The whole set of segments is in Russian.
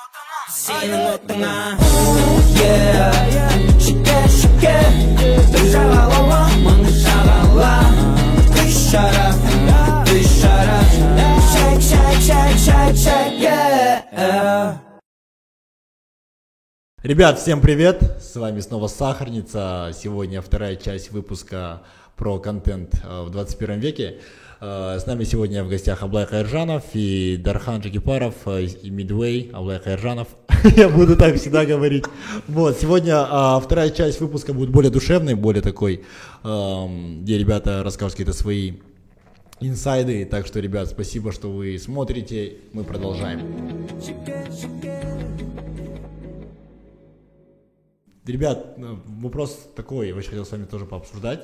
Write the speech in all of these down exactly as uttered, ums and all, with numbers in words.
Ребят, всем привет! С вами снова Сахарница. Сегодня вторая часть выпуска про контент в двадцать первом веке. С нами сегодня в гостях Аблай Хайржанов и Дархан Джигипаров и Midway. Аблай Хайржанов. Я буду так всегда говорить. Вот, сегодня а, вторая часть выпуска будет более душевной, более такой, а, где ребята расскажут какие-то свои инсайды. Так что, ребят, спасибо, что вы смотрите. Мы продолжаем. Ребят, вопрос такой, я очень хотел с вами тоже пообсуждать.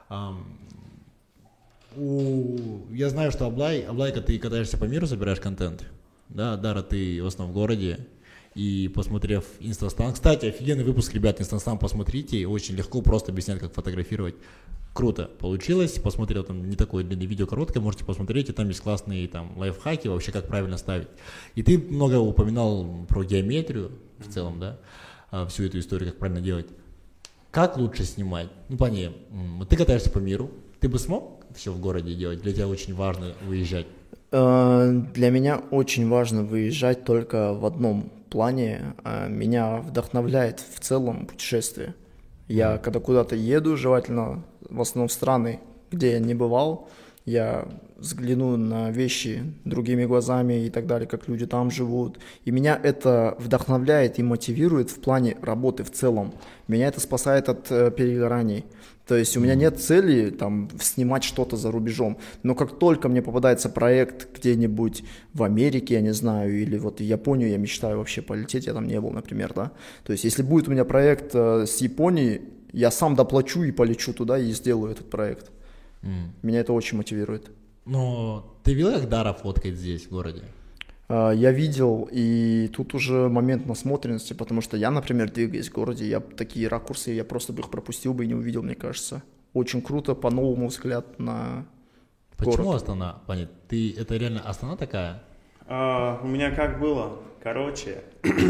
У... Я знаю, что Аблай, Аблайка, ты катаешься по миру, собираешь контент. Да, Дара, ты в основном в городе. И посмотрев Инстастан, кстати, офигенный выпуск, ребят, Инстастан посмотрите, очень легко, просто объясняют, как фотографировать. Круто получилось, посмотрел, там не такое длинное видео, короткое, можете посмотреть, и там есть классные там лайфхаки, вообще как правильно ставить. И ты много упоминал про геометрию в целом, да, всю эту историю, как правильно делать. Как лучше снимать? Ну, понятно, ты катаешься по миру, ты бы смог все в городе делать? Для тебя очень важно выезжать? Для меня очень важно выезжать только в одном плане. Меня вдохновляет в целом путешествие. Я когда куда-то еду, желательно в основном в страны, где я не бывал, я взгляну на вещи другими глазами и так далее, как люди там живут. И меня это вдохновляет и мотивирует в плане работы в целом. Меня это спасает от э, перегораний. То есть у меня нет цели там снимать что-то за рубежом. Но как только мне попадается проект где-нибудь в Америке, я не знаю, или вот в Японию, я мечтаю вообще полететь, я там не был, например, да. То есть если будет у меня проект э, с Японией, я сам доплачу и полечу туда и сделаю этот проект. Mm. Меня это очень мотивирует. Но ты видел, как Дара фоткает здесь, в городе? Uh, я видел, и тут уже момент насмотренности, потому что я, например, двигаясь в городе, я такие ракурсы, я просто бы их пропустил бы и не увидел, мне кажется. Очень круто, по-новому взгляд на Почему город. Астана? Понятно. Ты, это реально Астана такая? Uh, у меня как было? Короче,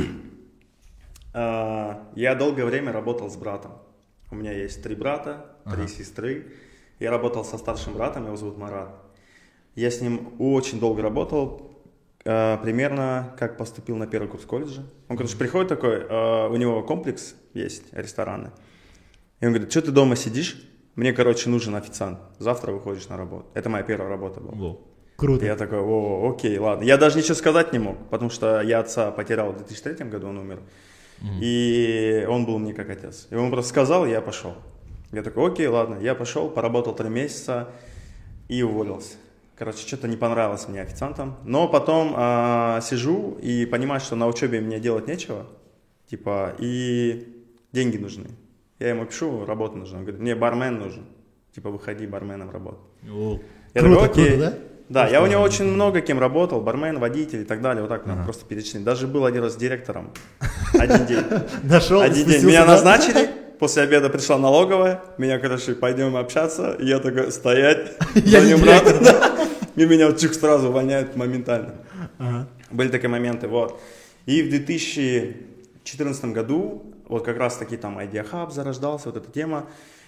uh, я долгое время работал с братом. У меня есть три брата, три ага. сестры. Я работал со старшим братом, его зовут Марат. Я с ним очень долго работал, э, примерно как поступил на первый курс колледжа. Он, короче, приходит такой, э, у него комплекс есть, рестораны. И он говорит, что ты дома сидишь? Мне, короче, нужен официант. Завтра выходишь на работу. Это моя первая работа была. О, круто. И я такой, о, окей, ладно. Я даже ничего сказать не мог, потому что я отца потерял в две тысячи третьем году, он умер. Mm-hmm. И он был мне как отец. И он просто сказал, и я пошел. Я такой, окей, ладно, я пошел, поработал три месяца и уволился. Короче, что-то не понравилось мне официантом. Но потом э, сижу и понимаю, что на учебе мне делать нечего. Типа, и деньги нужны. Я ему пишу, работа нужна. Он говорит, мне бармен нужен. Типа, выходи барменом работать. О, я круто, такой, окей. Круто, да? Да, я у него очень много кем работал, бармен, водитель и так далее, вот так ага. просто перечислить. Даже был один раз директором, один день. Нашел, один день. Меня назначили, после обеда пришла налоговая, меня, короче, пойдем общаться, и я такой, стоять, я не директор. И меня вот чук сразу увольняют моментально. Были такие моменты, вот. И в две тысячи четырнадцатом году, вот как раз таки там Idea Hub зарождался, вот эта тема,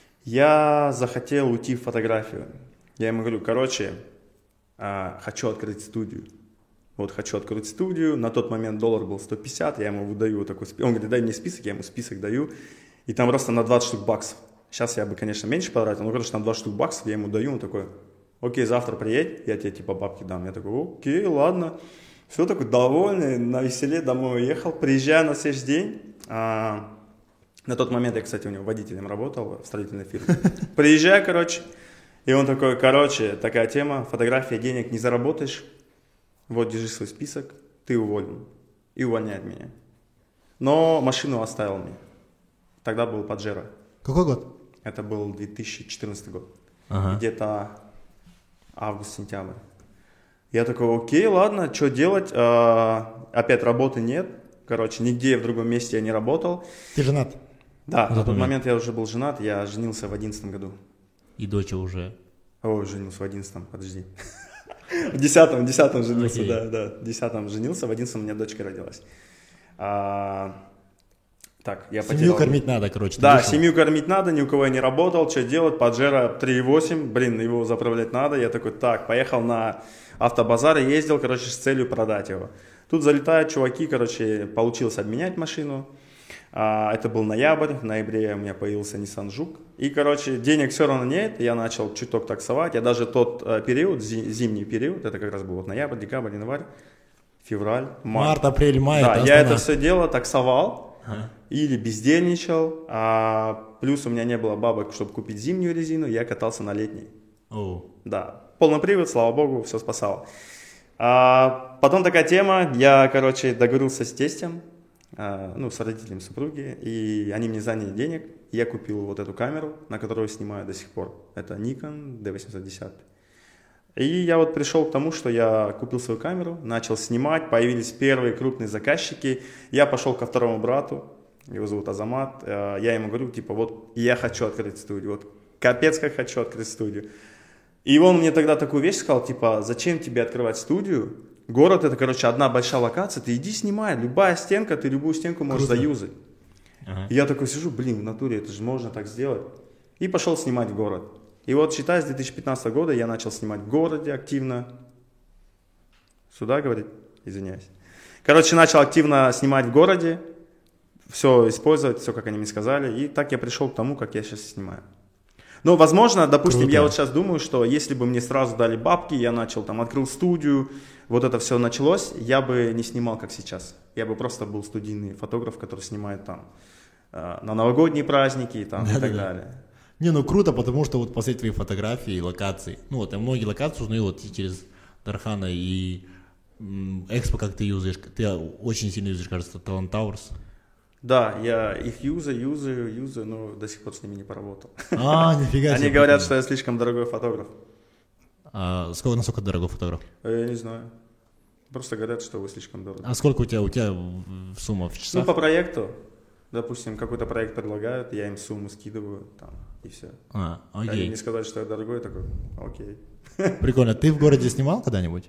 я захотел уйти в фотографию. Я ему говорю, короче, хочу открыть студию. Вот хочу открыть студию. На тот момент доллар был сто пятьдесят, я ему выдаю такой список. Он говорит, дай мне список, я ему список даю. И там просто на двадцать штук баксов. Сейчас я бы, конечно, меньше потратил, но, короче, на двадцать штук баксов я ему даю. Он такой, окей, завтра приедь, я тебе типа бабки дам. Я такой, окей, ладно. Все, такой довольный, на веселе домой уехал. Приезжаю на следующий день. А, на тот момент я, кстати, у него водителем работал в строительной фирме. Приезжаю, короче. И он такой, короче, такая тема, фотография, денег не заработаешь, вот, держи свой список, ты уволен. И увольняет меня. Но машину оставил мне. Тогда был Паджеро. Какой год? Это был две тысячи четырнадцатый год. Ага. Где-то август-сентябрь. Я такой, окей, ладно, что делать? А, опять работы нет. Короче, нигде в другом месте я не работал. Ты женат? Да, на тот момент. момент я уже был женат, я женился в одиннадцатом году. И дочь уже? Ой, женился в одиннадцатом, подожди. В десятом, в десятом женился, okay. да, да, в десятом женился, в одиннадцатом у меня дочка родилась. А, так, я Семью потерял... кормить надо, короче. Да, вышел. семью кормить надо, ни у кого я не работал, что делать, Паджеро три и восемь, блин, его заправлять надо. Я такой, так, поехал на автобазар и ездил, короче, с целью продать его. Тут залетают чуваки, короче, получилось обменять машину. А, это был ноябрь, в ноябре у меня появился Nissan Juke. И, короче, денег все равно нет, я начал чуток таксовать. Я даже тот э, период, зи- зимний период, это как раз был вот ноябрь, декабрь, январь, февраль, март. Март, апрель, май. Да, это я основная. это все дело таксовал. Ага. Или бездельничал, а плюс у меня не было бабок, чтобы купить зимнюю резину, я катался на летней. О. Да, полный привод, слава богу, все спасало. А, потом такая тема, я, короче, договорился с тестем, а, ну, с родителями супруги, и они мне заняли денег, я купил вот эту камеру, на которую снимаю до сих пор. Это Nikon ди восемьсот десять. И я вот пришел к тому, что я купил свою камеру, начал снимать, появились первые крупные заказчики. Я пошел ко второму брату, его зовут Азамат. Я ему говорю, типа, вот я хочу открыть студию, вот капец как хочу открыть студию. И он мне тогда такую вещь сказал, типа, зачем тебе открывать студию? Город это, короче, одна большая локация, ты иди снимай, любая стенка, ты любую стенку можешь Круто. заюзать. Ага. И я такой сижу, блин, в натуре, это же можно так сделать. И пошел снимать в город. И вот, считай, с две тысячи пятнадцатого года я начал снимать в городе активно. Сюда, говорит? Извиняюсь. Короче, начал активно снимать в городе. Все использовать, все, как они мне сказали. И так я пришел к тому, как я сейчас снимаю. Но, возможно, допустим, Круто. я вот сейчас думаю, что если бы мне сразу дали бабки, я начал там, открыл студию, вот это все началось, я бы не снимал, как сейчас. Я бы просто был студийный фотограф, который снимает там э, на новогодние праздники там, и так далее. Не, ну круто, потому что вот после твоей фотографии, локаций, ну вот я многие локации узнаю вот и через Дархана и м, Экспо, как ты юзаешь, ты очень сильно юзаешь, кажется, Talent Towers. Да, я их юзаю, юзаю, юзаю, но до сих пор с ними не поработал. А, нифига себе. Они говорят, что я слишком дорогой фотограф. А, сколько, насколько дорогой фотограф? Я не знаю. Просто говорят, что вы слишком дорогой. А сколько у тебя, у тебя в- в сумма в Ну, часах? по проекту. Допустим, какой-то проект предлагают, я им сумму скидываю, там, и все. А, Они окей. мне сказали, что я дорогой, я такой, окей. Прикольно. Ты в городе снимал когда-нибудь?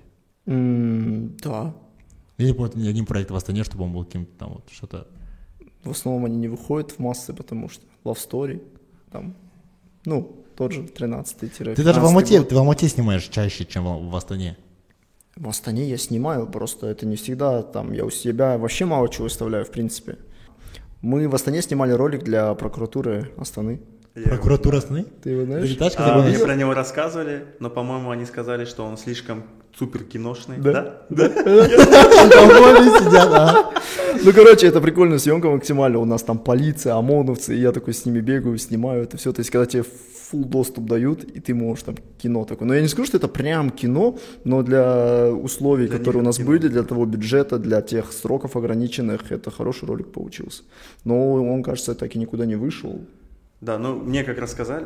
М, Да. Я не помню ни один проект в Астане, чтобы он был каким-то там вот что-то... В основном они не выходят в массы, потому что Love Story, там, ну, тот же тринадцатый-пятнадцатый Ты даже в Алмате, год. ты в Алмате снимаешь чаще, чем в, в Астане. В Астане я снимаю, просто это не всегда там, я у себя вообще мало чего выставляю, в принципе. Мы в Астане снимали ролик для прокуратуры Астаны. Я Прокуратура Астаны? Ты его знаешь? Ты тачка А, забрала? мне про него рассказывали, но, по-моему, они сказали, что он слишком супер киношный. Да? Да? Там более сидят, ага. Ну, короче, это прикольная съемка максимально. У нас там полиция, ОМОНовцы, и я такой с ними бегаю, снимаю это все. То есть, когда тебе full доступ дают, и ты можешь там кино такое. Но я не скажу, что это прям кино, но для условий, Для которые них у нас кино. были, для того бюджета, для тех сроков ограниченных, это хороший ролик получился. Но он, кажется, так и никуда не вышел. Да, ну, мне как рассказали,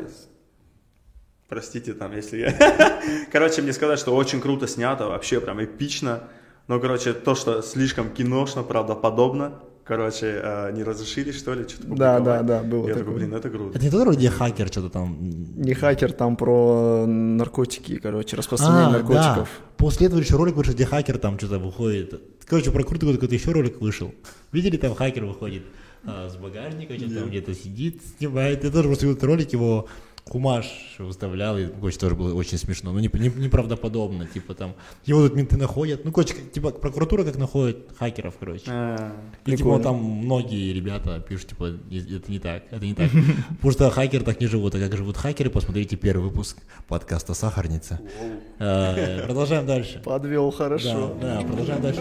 простите там, если я... Короче, мне сказали, что очень круто снято, вообще прям эпично. Но, короче, то, что слишком киношно, правдоподобно, короче, э, не разрешили, что ли, что-то Да, публиковать. да, да, было Я такое. такой, блин, это круто. Это не тот ролик, где хакер что-то там... Не хакер, там про наркотики, короче, распространение А, наркотиков. да. После этого еще ролик вышел, где хакер там что-то выходит. Короче, про крутой какой-то еще ролик вышел. Видели, там хакер выходит а, с багажника, что-то там где-то сидит, снимает. Я тоже просто видел этот ролик, его Кумаш выставлял, и, короче, тоже было очень смешно. Ну, не, не- неправдоподобно, типа там, его тут менты находят. Ну, короче, как- типа прокуратура как находит хакеров, короче. А, И типа Прикольно. там многие ребята пишут, типа, «И- это не так, это не так. Потому что хакеры так не живут, а как живут хакеры, посмотрите первый выпуск подкаста «Сахарница». Э, Продолжаем дальше. Подвел Да, хорошо. да, продолжаем дальше.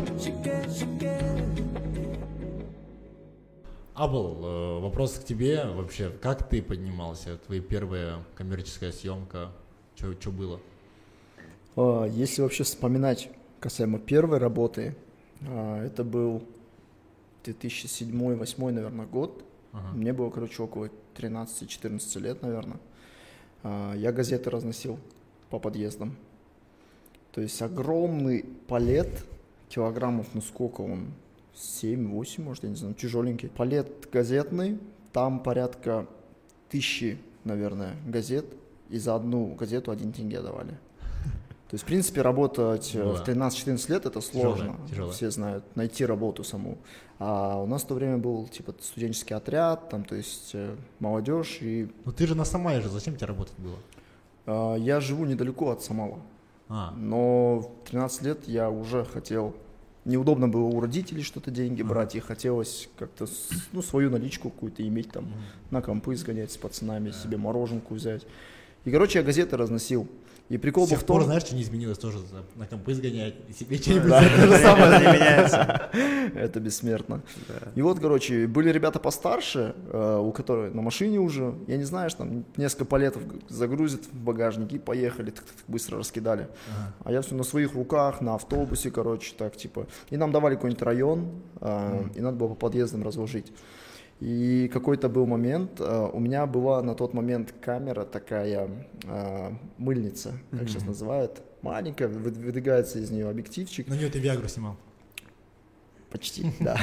Абл, э, вопрос к тебе вообще. Как ты поднимался? Твоя первая коммерческая съемка? Что было? А, Если вообще вспоминать касаемо первой работы, а, это был две тысячи седьмой — две тысячи восьмой, наверное, год. Ага. Мне было, короче, около тринадцати-четырнадцати лет, наверное. А, Я газеты разносил по подъездам. То есть огромный палет, килограммов, ну сколько он, семь-восемь, может, я не знаю, тяжеленький. Палет газетный, там порядка тысячи, наверное, газет, и за одну газету один тенге давали. То есть, в принципе, работать Ну в да. тринадцать-четырнадцать лет это сложно. Тяжело, тяжело. Все знают, найти работу саму. А у нас в то время был типа студенческий отряд, там, то есть э, молодежь. И Ну ты же на Самаре же, зачем тебе работать было? э, я живу недалеко от Самала. А, Но в тринадцать лет я уже хотел. Неудобно было у родителей что-то деньги Ага. брать, и хотелось как-то с- ну, свою наличку какую-то иметь, там, на компы сгонять с пацанами, себе мороженку взять. И, короче, я газеты разносил. И прикол с был тех в том... пор, знаешь, что не изменилось тоже, за- на компы сгонять, и себе что-нибудь. Да, за- то же самое не меняется. Это бессмертно. И вот, короче, были ребята постарше, э, у которых на машине уже, я не знаю, что там несколько палетов загрузят в багажник и поехали, так-так быстро раскидали. Ага. А я все на своих руках, на автобусе, короче, так типа. И нам давали какой-нибудь район, э, и надо было по подъездам разложить. И какой-то был момент, э, у меня была на тот момент камера такая, э, мыльница, как Мгм. сейчас называют, маленькая, вы- выдвигается из нее объективчик. На нее ты Виагру снимал. Почти, да.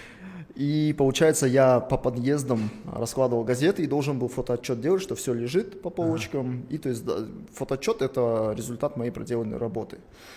И получается, я по подъездам раскладывал газеты и должен был фотоотчет делать, что все лежит по полочкам. И то есть да, фотоотчет — это результат моей проделанной работы.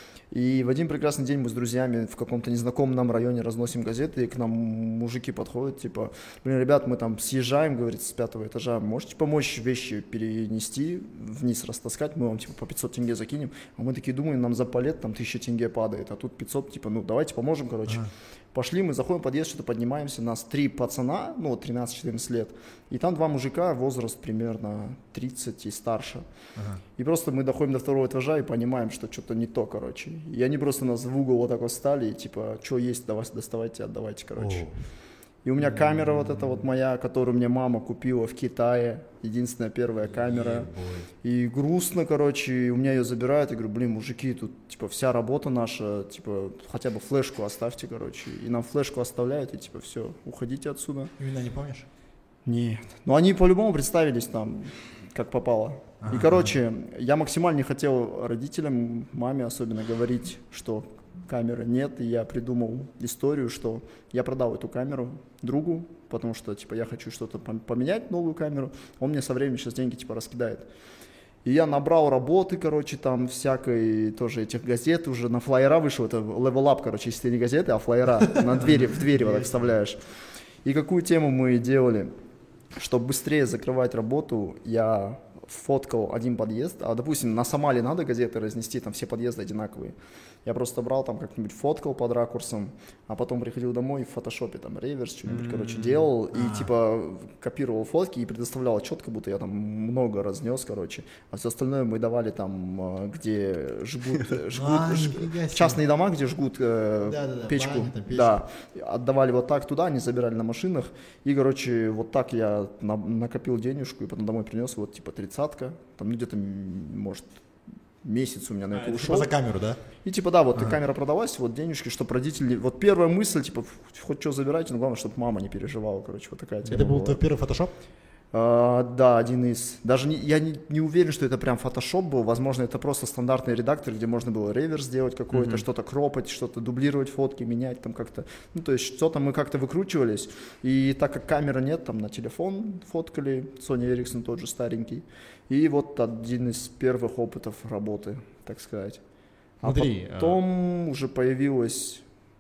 И в один прекрасный день мы с друзьями в каком-то незнакомом нам районе разносим газеты, и к нам мужики подходят, типа, блин, ребят, мы там съезжаем, говорит, с пятого этажа, можете помочь вещи перенести, вниз растаскать, мы вам, типа, по пятьсот тенге закинем. А мы такие думаем, нам за палет там тысяча тенге падает, а тут пятьсот, типа, ну, давайте поможем, короче. Ага. Пошли, мы заходим в подъезд, что-то поднимаемся, нас три пацана, ну, вот тринадцать-четырнадцать лет, и там два мужика, возраст примерно тридцать и старше. Ага. И просто мы доходим до второго этажа и понимаем, что что-то не то, короче. И они просто нас в угол вот так вот стали, и типа, что есть, давай, доставайте, отдавайте, короче. О. И у меня камера вот эта вот моя, которую мне мама купила в Китае, единственная первая камера. Ебой. И грустно, короче, и у меня ее забирают, я говорю, блин, мужики, тут, типа, вся работа наша, типа, хотя бы флешку оставьте, короче. И нам флешку оставляют, и, типа, все, уходите отсюда. Имена не помнишь? Нет. Но они по-любому представились там, как попало. И, Ага. короче, я максимально не хотел родителям, маме особенно, говорить, что камеры нет, и я придумал историю, что я продал эту камеру другу, потому что, типа, я хочу что-то пом- поменять, новую камеру, он мне со временем сейчас деньги, типа, раскидает. И я набрал работы, короче, там всякой, тоже этих газет, уже на флайера вышел, это Level Up, короче, если не газеты, а флайера, на двери, в двери вот так вставляешь. И какую тему мы делали? Чтобы быстрее закрывать работу, я фоткал один подъезд, а, допустим, на Самале надо газеты разнести, там все подъезды одинаковые. Я просто брал там как-нибудь, фоткал под ракурсом, а потом приходил домой и в фотошопе там реверс, что-нибудь, короче, делал и типа копировал фотки и предоставлял отчет, как будто я там много разнес, короче. А все остальное мы давали там, э, где жгут, э, жгут, А, ж- нифига себе. частные дома, где жгут э, Да-да-да, печку, баня, там печка. да, отдавали вот так туда, они забирали на машинах, и, короче, вот так я на- накопил денежку и потом домой принес, вот, типа, тридцатка, там, ну, где-то, м, может, месяц у меня на А, это это ушел. типа за камеру, да? И, типа, да, вот камера продалась, вот денежки, чтобы родители, вот первая мысль, типа, ф- хоть что забирайте, но главное, чтобы мама не переживала, короче, вот такая тема Это был была. твой первый фотошоп? А, да, один из. Даже не, я не, не уверен, что это прям фотошоп был. Возможно, это просто стандартный редактор, где можно было реверс сделать какой-то, Мгм. что-то кропать, что-то дублировать фотки, менять там как-то. Ну, то есть что-то мы как-то выкручивались. И так как камеры нет, там на телефон фоткали, Sony Ericsson тот же старенький. И вот один из первых опытов работы, так сказать. А Смотри, потом уже появилась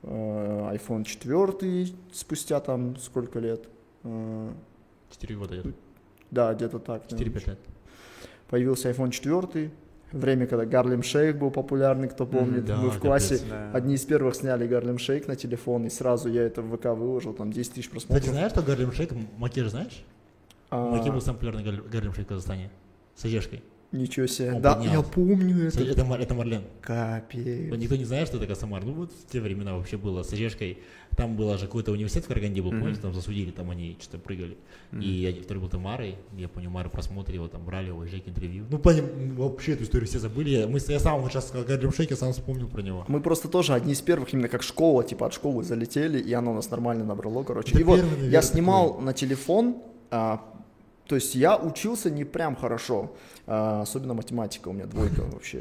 э, айфон четыре спустя там сколько лет? Э, Четыре года где-то. да, где-то так. да. Четыре-пять лет. Появился айфон четыре, время, когда Гарлем Шейк был популярный, кто помнит. да, Мы в капец. классе Да. одни из первых сняли Гарлем Шейк на телефон, и сразу я это в ВК выложил, там десять тысяч Кстати, просмотров. знаешь, что Гарлем Шейк, Макеш знаешь? А, Маке был самый популярный Гар- Гарлем Шейк в Казахстане. С Одежкой. Ничего себе. Он Да, поднял. я помню это. Это, Мар- это Марлен. Капец. Вот никто не знает, что такое Самар. Ну вот в те времена вообще было с Одежкой. Там был же какой-то университет в Караганде был, Мгм. помните, там засудили, там они что-то прыгали. И один, второй был Тамарой, я помню, Мары просмотрели его, там брали его, Жеки интервью. Ну, поним, вообще эту историю все забыли. Я, мы, я сам вот сейчас сказал Гарлем Шейк, я сам вспомнил про него. Мы просто тоже одни из первых, именно как школа, типа от школы залетели, и оно нас нормально набрало, короче. Это И вот первый, наверное, я снимал на телефон, а, То есть я учился не прям хорошо, особенно математика, у меня двойка вообще.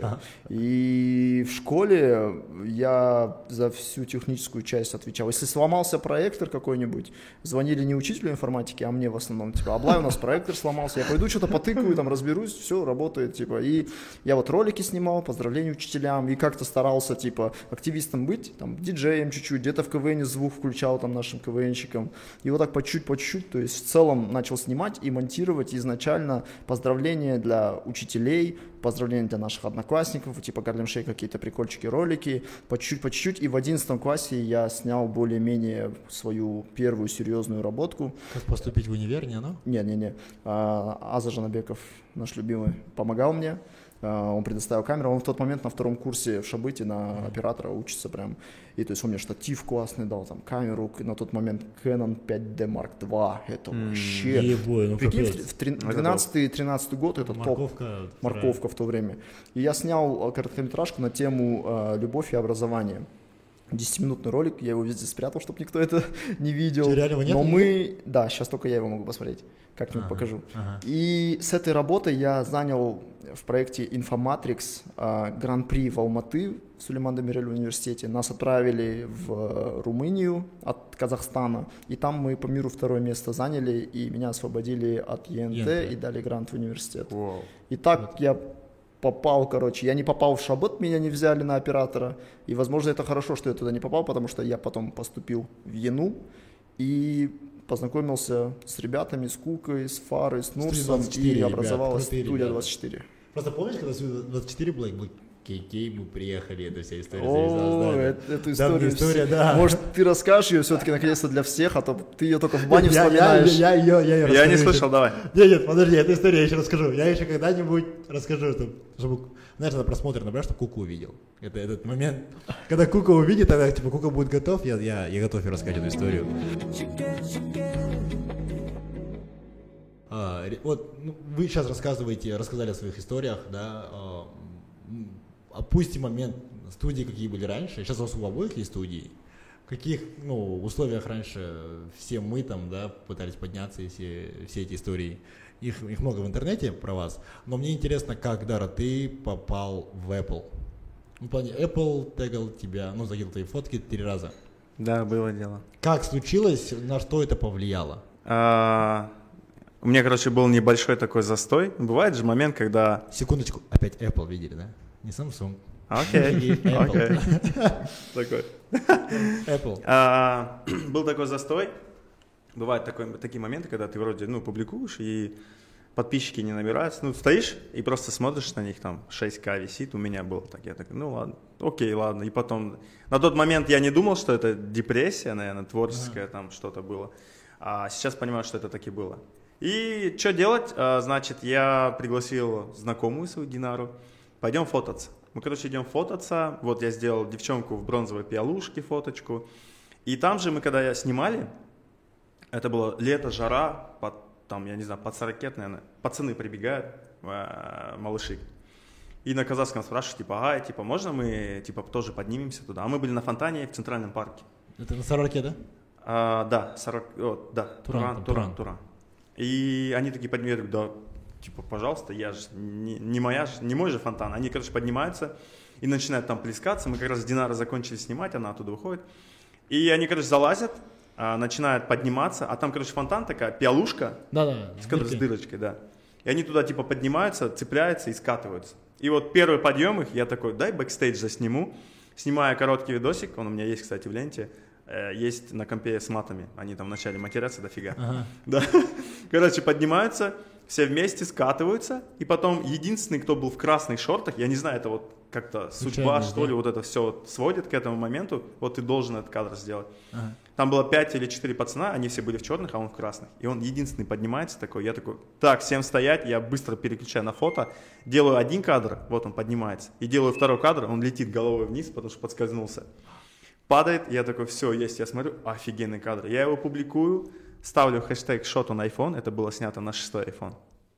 И в школе я за всю техническую часть отвечал. Если сломался проектор какой-нибудь, звонили не учителю информатики, а мне в основном, типа, Аблай, у нас проектор сломался, я пойду что-то потыкаю, там разберусь, все, работает, типа. И я вот ролики снимал, поздравления учителям, и как-то старался, типа, активистом быть, там, диджеем чуть-чуть, где-то в КВН звук включал там нашим КВНщикам. И вот так по чуть-чуть, по чуть-чуть, то есть в целом начал снимать и монтировать изначально поздравления для учителей, поздравления для наших одноклассников, типа Гарлем Шейк, какие-то прикольчики, ролики, по чуть-чуть, по чуть-чуть. И в одиннадцатом классе я снял более-менее свою первую серьезную работку. Как поступить в универ, не оно? Не-не-не. Аза Жанабеков, наш любимый, помогал мне. Он предоставил камеру, он в тот момент на втором курсе в Шабыте на оператора учится прям. И то есть он мне штатив классный дал, там камеру, на тот момент Canon пять ди Mark два, это mm, вообще... Ебой, ну прикинь, в двенадцатый-тринадцатый год это морковка, топ, морковка в то время. И я снял короткометражку на тему э, «Любовь и образование». десятиминутный ролик, я его везде спрятал, чтобы никто это не видел. Что, реально его нет? Но мы... Да, сейчас только я его могу посмотреть, как-нибудь ага, покажу. Ага. И с этой работой я занял в проекте Infomatrix э, Гран-при в Алматы в Сулейман Демирель университете. Нас отправили в Румынию от Казахстана, и там мы по миру второе место заняли, и меня освободили от ЕНТ, ЕНТ. И дали грант в университет. Wow. И так вот. Я попал, короче, я не попал в Шабыт, меня не взяли на оператора, и, возможно, это хорошо, что я туда не попал, потому что я потом поступил в ЕНУ и познакомился с ребятами, с Кукой, с Фарой, с Нурсом, и образовалась ребят, студия двадцать четыре. Просто помнишь, когда студия двадцать четыре была, Кей-Кей, мы приехали, эта вся история завязалась. О, да, это, эту историю, история, да. Может, ты расскажешь ее все-таки наконец-то для всех, а то ты ее только в бане вспоминаешь. Я, я, я, я, я, я не слышал, давай. Нет, нет, подожди, эту историю я еще расскажу. Я еще когда-нибудь расскажу, чтобы, чтобы знаешь, надо просмотр набрать, чтобы Кука увидел. Это этот момент, когда Кука увидит, тогда типа Кука будет готов, я, я, я готов рассказать эту историю. А, вот ну, вы сейчас рассказываете, рассказали о своих историях, да. А, опустим момент студии, какие были раньше. Сейчас у вас у обоих есть студии. В каких ну, условиях раньше все мы там, да, пытались подняться, и все, все эти истории. Их, их много в интернете про вас. Но мне интересно, как, Дара, ты попал в Apple? В плане, Apple тегал тебя, ну, закинул твои фотки три раза. Да, было дело. Как случилось, на что это повлияло? А, у меня, короче, был небольшой такой застой. Бывает же момент, когда... Секундочку, опять Apple видели, да? Не Samsung. Окей, окей. Такой. Apple. Был такой застой. Бывают такие моменты, когда ты вроде, ну, публикуешь, и подписчики не набираются. Ну, стоишь и просто смотришь на них, там, шесть ка висит. У меня было так. Я такой, ну, ладно, окей, ладно. И потом... На тот момент я не думал, что это депрессия, наверное, творческая, там, что-то было. А сейчас понимаю, что это таки было. И что делать? Значит, я пригласил знакомую свою Динару. Пойдем фототься. Мы, короче, идем фототься. Вот я сделал девчонку в бронзовой пиалушке фоточку. И там же мы, когда снимали, это было лето, жара, под, там, я не знаю, под сорок, наверное, пацаны прибегают, э, малыши. И на казахском спрашивают, типа, ага, типа, можно мы, типа, тоже поднимемся туда? А мы были на фонтане в Центральном парке. Это на Сараке, да? А, да, сорок, о, да, Туран, Туран, Туран, Туран. И они такие поднимают, да, типа, пожалуйста, я же, не, не моя, не мой же фонтан. Они, короче, поднимаются и начинают там плескаться. Мы как раз с Динарой закончили снимать, она оттуда выходит. И они, короче, залазят, начинают подниматься, а там, короче, фонтан такая, пиалушка, да, да, с, с дырочкой, да. И они туда, типа, поднимаются, цепляются и скатываются. И вот первый подъем их, я такой, дай бэкстейдж засниму. Снимаю короткий видосик, он у меня есть, кстати, в ленте. Есть на компе с матами, они там вначале матерятся дофига. Ага. Да. Короче, поднимаются, все вместе скатываются, и потом единственный, кто был в красных шортах, я не знаю, это вот как-то судьба, что да? ли, вот это все вот сводит к этому моменту, вот ты должен этот кадр сделать. Ага. Там было пять или четыре пацана, они все были в черных, а он в красных. И он единственный поднимается такой, я такой, так, всем стоять, я быстро переключаю на фото, делаю один кадр, вот он поднимается, и делаю второй кадр, он летит головой вниз, потому что подскользнулся. Падает, я такой, все, есть, я смотрю, офигенный кадр. Я его публикую, ставлю хэштег shot on iPhone, это было снято на шестой iPhone.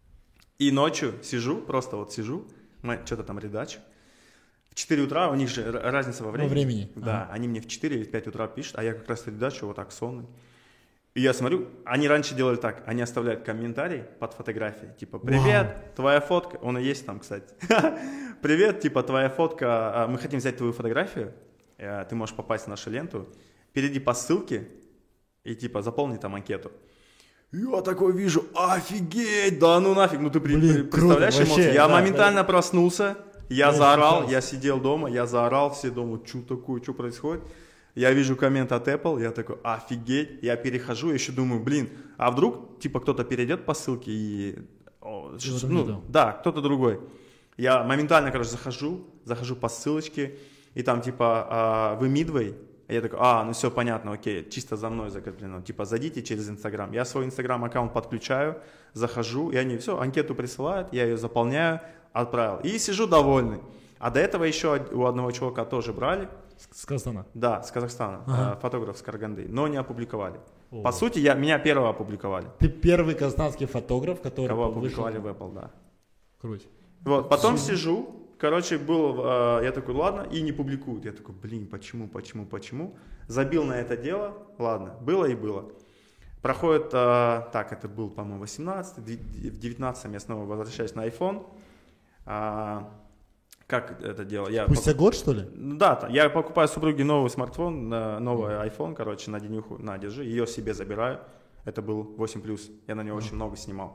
И ночью сижу, просто вот сижу, что-то там редачу. В четыре утра, у них же разница во времени. Во времени. Да, ага. Они мне в четыре или в пять утра пишут, а я как раз редачу вот так сонный. И я смотрю, они раньше делали так, они оставляют комментарий под фотографией, типа, привет, wow. твоя фотка, он и есть там, кстати, привет, типа, твоя фотка, мы хотим взять твою фотографию, ты можешь попасть в нашу ленту, перейди по ссылке и, типа, заполни там анкету. Я такой вижу, офигеть, да ну нафиг, ну ты Блин, представляешь круто, эмоции? Вообще, я да, моментально да. проснулся, я да, заорал, да. я сидел дома, я заорал, все дома, что такое, что происходит? Я вижу коммент от Apple, я такой, офигеть, я перехожу, еще думаю, блин, а вдруг, типа, кто-то перейдет по ссылке и, о, ну, да, кто-то другой. Я моментально, короче, захожу, захожу по ссылочке, и там, типа, а, вы Midway? Я такой, а, ну все понятно, окей, чисто за мной закреплено, типа, зайдите через Инстаграм. Я свой Инстаграм-аккаунт подключаю, захожу, и они, все, анкету присылают, я ее заполняю, отправил, и сижу довольный. А до этого еще у одного чувака тоже брали. С Казахстана? Да, с Казахстана, ага. фотограф с Караганды, но не опубликовали. О. По сути, я, меня первого опубликовали. Ты первый казахстанский фотограф, который Кого опубликовали вышел... в Apple, да. Круть. Вот, потом Су... сижу, короче, был, э, я такой, ладно, и не публикуют. Я такой, блин, почему, почему, почему? Забил на это дело, ладно, было и было. Проходит, э, так, это был, по-моему, восемнадцатый, в девятнадцатом я снова возвращаюсь на iPhone. Э, Как это дело? Я Спустя пок... год, что ли? Да, я покупаю супруге новый смартфон, новый mm. iPhone, короче, на денюху, на, держи, ее себе забираю. Это был восемь плюс, я на него mm. очень много снимал.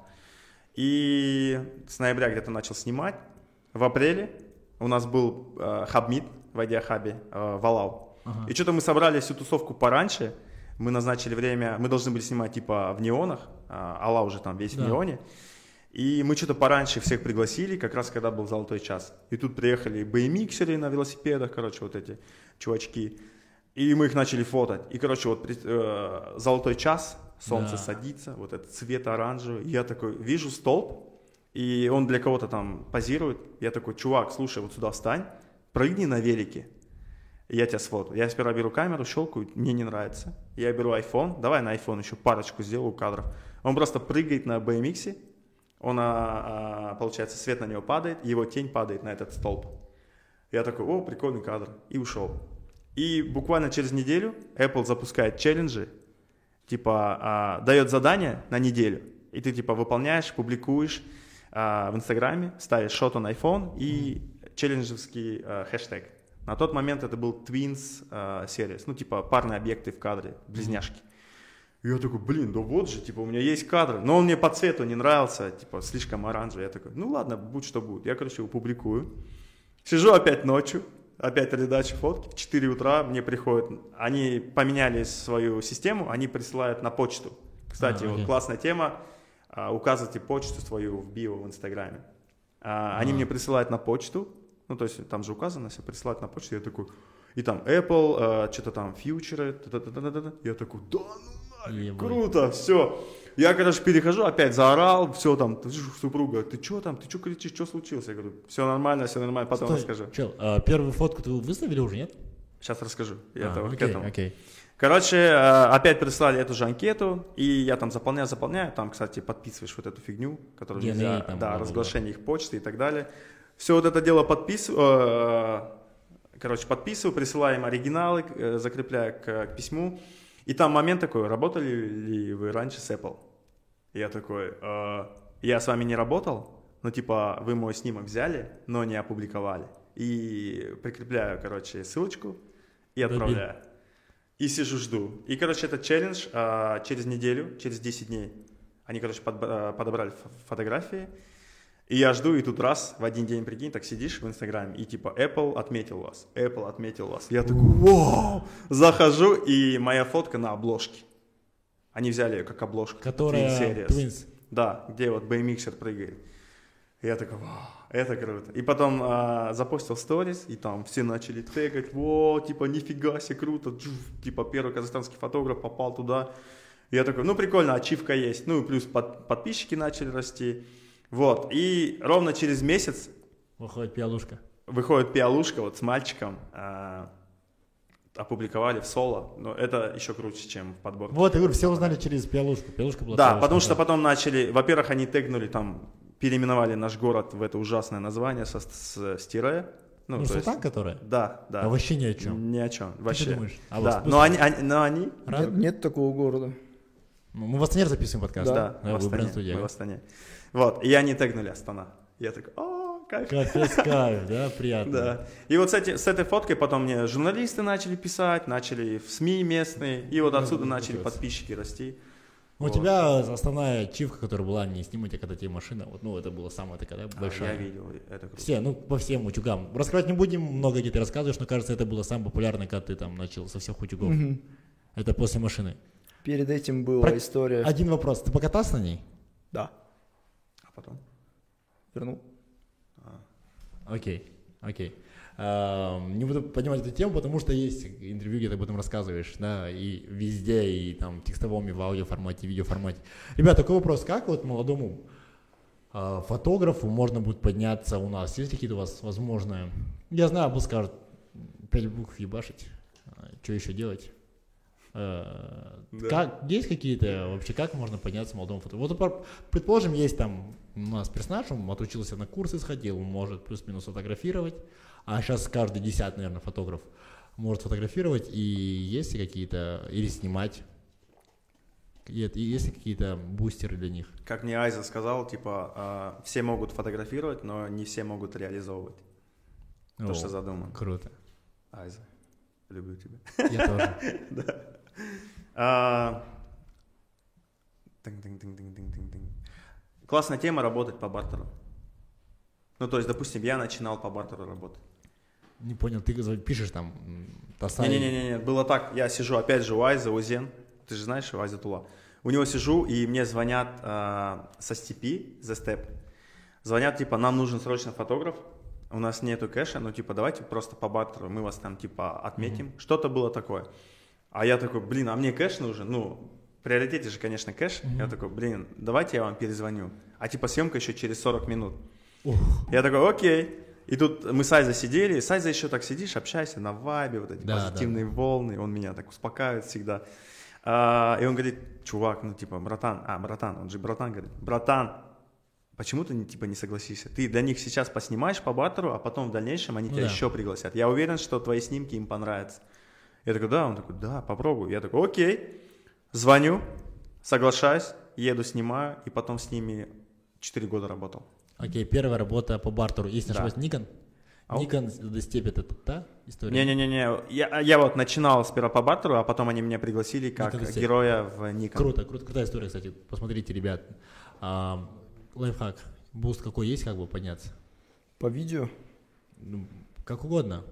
И с ноября где-то начал снимать. В апреле у нас был э, хаб-мит в Айдиахабе, э, в Алау. Ага. И что-то мы собрали всю тусовку пораньше, мы назначили время, мы должны были снимать типа в неонах, э, Алау уже там весь да. в неоне. И мы что-то пораньше всех пригласили, как раз когда был золотой час. И тут приехали би эм иксеры на велосипедах, короче, вот эти чувачки. И мы их начали фотать. И, короче, вот э, золотой час, солнце да. садится, вот этот цвет оранжевый. И я такой, вижу столб, и он для кого-то там позирует. Я такой, чувак, слушай, вот сюда встань, прыгни на велике, и я тебя сфотаю. Я сперва беру камеру, щелкаю, мне не нравится. Я беру iPhone, давай на iPhone еще парочку сделаю кадров. Он просто прыгает на би эм иксе. Он, а, получается, свет на него падает, его тень падает на этот столб. Я такой, о, прикольный кадр, и ушел. И буквально через неделю Apple запускает челленджи, типа, а, дает задание на неделю, и ты, типа, выполняешь, публикуешь а, в Инстаграме, ставишь shot on iPhone и челленджевский а, хэштег. На тот момент это был Twins а, Series, ну, типа, парные объекты в кадре, близняшки. И я такой, блин, да вот же, типа, у меня есть кадр, но он мне по цвету не нравился, типа, слишком оранжевый. Я такой, ну ладно, будь что будет. Я, короче, его публикую. Сижу опять ночью, опять передача фотки, в четыре утра мне приходят, они поменяли свою систему, они присылают на почту. Кстати, а, вот классная тема, а, указывайте почту свою в био в Инстаграме. А, а. Они мне присылают на почту, ну, то есть там же указано, все присылают на почту, я такой, и там Apple, а, что-то там фьючеры, я такой, да ну, Ебать. Круто, все. Я, короче, перехожу, опять заорал, все там, супруга, ты что там, ты что кричишь, что случилось? Я говорю, все нормально, все нормально, потом Стой, расскажу. Чел, а первую фотку ты выставили уже, нет? Сейчас расскажу. Я а, это, окей, к этому. окей. Короче, опять прислали эту же анкету, и я там заполняю, заполняю, там, кстати, подписываешь вот эту фигню, которую нельзя, там, да, разглашение их почты и так далее. Все вот это дело подписываю, короче, подписываю, присылаю им оригиналы, закрепляю к, к письму. И там момент такой, работали ли вы раньше с Apple? Я такой, э, я с вами не работал, но типа вы мой снимок взяли, но не опубликовали. И прикрепляю, короче, ссылочку и отправляю. И сижу, жду. И, короче, этот челлендж э, через неделю, через десять дней, они, короче, под, э, подобрали фотографии. И я жду, и тут раз, в один день, прикинь, так сидишь в Инстаграме, и типа Apple отметил вас, Apple отметил вас. Я такой, вау! Захожу, и моя фотка на обложке. Они взяли ее как обложку. Которая Twins. Twins. Да, где вот би эм иксер прыгает. И я такой, вау, это круто. И потом а, запостил сторис, и там все начали тегать, во, типа, нифига себе, круто. Джуф, типа, первый казахстанский фотограф попал туда. И я такой, ну, прикольно, ачивка есть. Ну, и плюс под, подписчики начали расти. Вот, и ровно через месяц выходит пиалушка. Выходит пиалушка вот с мальчиком, э, опубликовали в соло, но это еще круче, чем в подборке. Вот, я говорю, все узнали через пиалушку, пиалушка была. Да, пиалушка, потому да. что потом начали, во-первых, они тегнули там, переименовали наш город в это ужасное название со, с, с тире. Ну, ну Султан, есть, которая? Да, да. А вообще ни о чем. Ни о чем, вообще. Ты думаешь? А да, но они, они, но они... Нет, нет такого города. Ну, мы в Астане записываем подкаст. Да, да, в Астане, студия. мы в Астане. Вот, и они тегнули Астана. Я такой, о, кайф. Капец, кайф, да, приятно. Да. И вот с, эти, с этой фоткой потом мне журналисты начали писать, начали в СМИ местные, и вот отсюда начали подписчики расти. У вот. тебя основная чивка, которая была, не снимать, а когда тебе машина, вот, ну, это была самая такая, да, большая. А, я видел, это круто. Все, ну, по всем утюгам. Раскрывать не будем, много где ты рассказываешь, но, кажется, это было самое популярное, когда ты там начал со всех утюгов. Угу. Это после машины. Перед этим была Про... история. Один вопрос, ты покатался на ней? Да. А потом? Вернул. А. Окей, окей. Uh, не буду поднимать эту тему, потому что есть интервью, где ты об этом рассказываешь, да, и везде, и там в текстовом, и в аудиоформате, и в видеоформате. Ребят, такой вопрос, как вот молодому uh, фотографу можно будет подняться у нас? Есть какие-то у вас возможные, я знаю, Абл скажет, пять букв ебашить, uh, что еще делать? Uh, да. Как, есть какие-то вообще, как можно подняться молодому фотографу? Вот, предположим, есть там у нас персонаж, он отучился на курсы, сходил, он может плюс-минус фотографировать. А сейчас каждый десятый, наверное, фотограф может фотографировать, и есть ли какие-то, или снимать, и есть ли какие-то бустеры для них? Как мне Айза сказал, типа, э, все могут фотографировать, но не все могут реализовывать О, то, что задумано. Круто. Айза, люблю тебя. Я тоже. Да. Классная тема работать по бартеру. Ну, то есть, допустим, я начинал по бартеру работать. Не понял, ты пишешь там Тасай? Не-не-не, было так, я сижу опять же у Айза, у Зен, ты же знаешь, у Айза Тула. У него сижу, и мне звонят э, со степи, за степ. Звонят, типа, нам нужен срочно фотограф, у нас нету кэша, ну, типа, давайте просто по бартеру, мы вас там, типа, отметим. Mm-hmm. Что-то было такое. А я такой, блин, а мне кэш нужен, ну, в приоритете же, конечно, кэш. Mm-hmm. Я такой, блин, давайте я вам перезвоню. А, типа, съемка еще через сорок минут. Uh. Я такой, окей. И тут мы с Айзой сидели, и с Айзой еще так сидишь, общаешься на вайбе, вот эти да, позитивные да. волны, он меня так успокаивает всегда. А, и он говорит, чувак, ну типа, братан, а, братан, он же братан говорит, братан, почему ты типа не согласишься? Ты для них сейчас поснимаешь по бартеру, а потом в дальнейшем они ну, тебя да. еще пригласят. Я уверен, что твои снимки им понравятся. Я такой, да, он такой, да, попробуй. Я такой, окей, звоню, соглашаюсь, еду, снимаю, и потом с ними четыре года работал. Окей, okay, первая работа по бартеру. Если не ошибаюсь, Nikon? Nikon The Step, это та история? Не-не-не, я, я вот начинал сперва по бартеру, а потом они меня пригласили как героя в Nikon. Круто, круто, крутая история, кстати. Посмотрите, ребят. А, лайфхак. Буст какой есть, как бы подняться? По видео? Ну, как угодно.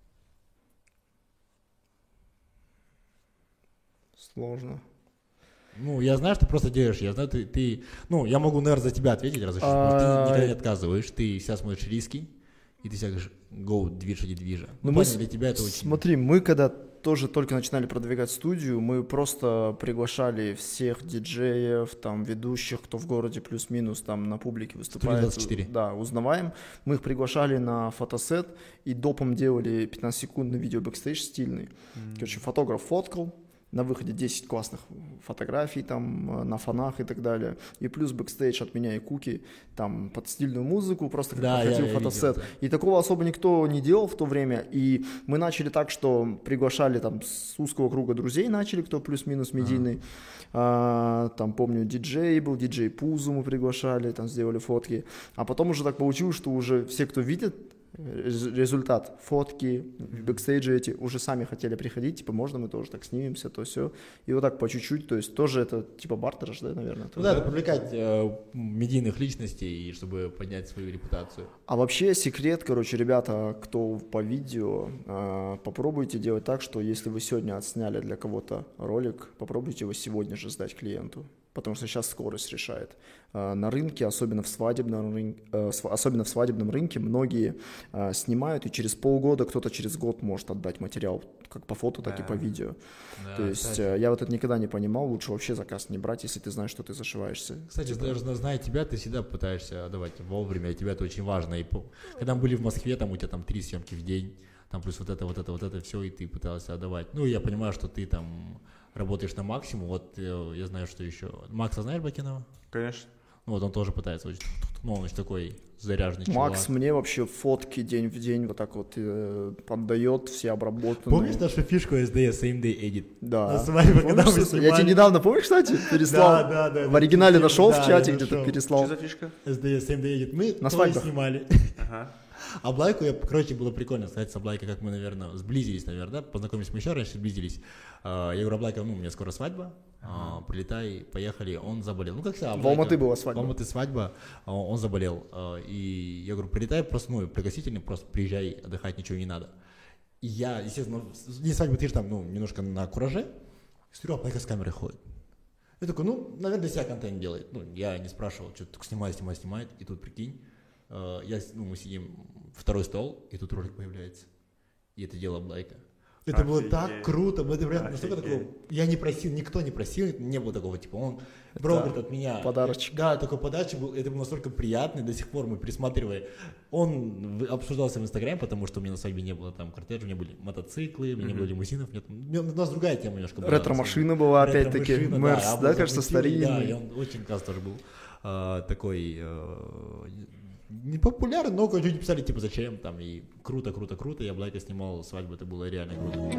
Сложно. Ну, я знаю, что ты просто делаешь, я знаю, ты, ты ну, я могу, наверное, за тебя ответить, раз уж а... ты никогда не отказываешь, ты сейчас смотришь риски, и ты всегда говоришь, go, движ, иди, движа. Ну, мы для тебя это очень... Смотри, мы когда тоже только начинали продвигать студию, мы просто приглашали всех диджеев, там, ведущих, кто в городе плюс-минус там на публике выступает. двадцать четыре. Да, узнаваем. Мы их приглашали на фотосет и допом делали пятнадцатисекундный видео бэкстейдж стильный. Mm-hmm. Короче, фотограф фоткал. На выходе десять классных фотографий там на фонах и так далее. И плюс бэкстейдж от меня и Куки там под стильную музыку, просто как да, проходил я, фотосет. Я видел, да. И такого особо никто не делал в то время. И мы начали так, что приглашали там с узкого круга друзей, начали, кто плюс-минус медийный. А, там, помню, диджей был, диджей Пузу мы приглашали, там сделали фотки. А потом уже так получилось, что уже все, кто видит результат, фотки, бэкстейджи эти уже сами хотели приходить, типа, можно мы тоже так снимемся, то все. И вот так по чуть-чуть, то есть тоже это типа бартер, да, наверное. Ну да, это привлекать э, медийных личностей, чтобы поднять свою репутацию. А вообще секрет, короче, ребята, кто по видео, э, попробуйте делать так, что если вы сегодня отсняли для кого-то ролик, попробуйте его сегодня же сдать клиенту. Потому что сейчас скорость решает. На рынке, особенно в свадебном, рынке, особенно в свадебном рынке, многие снимают, и через полгода кто-то через год может отдать материал, как по фото, так да. и по видео. Да, То есть кстати. я вот это никогда не понимал, лучше вообще заказ не брать, если ты знаешь, что ты зашиваешься. Кстати, типа... даже зная тебя, ты всегда пытаешься отдавать вовремя, и тебе это очень важно. И когда мы были в Москве, там у тебя там три съемки в день, там плюс вот это, вот это, вот это все, и ты пытался отдавать. Ну, я понимаю, что ты там... работаешь на максимум, вот я знаю, что еще. Макса знаешь Бакинова? Конечно. Вот он тоже пытается, очень, ну, он очень такой заряженный чувак. Макс мне вообще фотки день в день вот так вот э, поддает, все обработанные. Помнишь нашу фишку эс ди эс Same Day Edit? Да. На свадьбе, когда мы Помнишь, снимали? я тебе недавно, помнишь, кстати, переслал? Да, да, да. В оригинале да, нашел да, в чате, я где-то нашел. переслал. Что за фишка? эс ди эс Same Day Edit. Мы На тоже свадьбах. снимали. Ага. А Блайку, я, короче, было прикольно сказать с Аблайкой, как мы, наверное, сблизились, наверное, да? Познакомились мы еще раньше, сблизились. А, Я говорю, Аблайка, ну, у меня скоро свадьба, а, прилетай, поехали. Он заболел. Ну, как всегда, В Аблайка- Алматы была свадьба. В Алматы свадьба, а, он заболел. А, И я говорю, прилетай, просто, ну, пригласительный, просто приезжай, отдыхать, ничего не надо. И я, естественно, с- не свадьба, ты же там, ну, немножко на кураже. Смотрю, Аблайка с камерой ходит. Я такой, ну, наверное, для себя контент делает. Ну, я не спрашивал, что только снимает, снимает, снимает. И тут, прикинь, э, я, с- ну, мы сидим, второй стол, и тут ролик появляется. И это дело Блайка. Это было Офигеть. так круто, это прям настолько Офигеть. такого, я не просил, никто не просил, не было такого, типа, он, бро, говорит, от меня. подарочек. Да, такой подарочек был, это был настолько приятный, до сих пор мы пересматривая. Он в- обсуждался в Инстаграме, потому что у меня на свадьбе не было там кортежа, у меня были мотоциклы, у меня не было лимузинов, нет, у меня- у нас другая тема немножко была. Ретро-машина была, опять-таки, Ретро-машина, Мерс, да, да, был кажется, замутил, Да, старинный. и он очень, кажется, тоже был а, такой а, не популярный, но люди писали, типа, зачем там, и круто, круто, круто. Я Блайка снимал свадьбу, это было реально круто.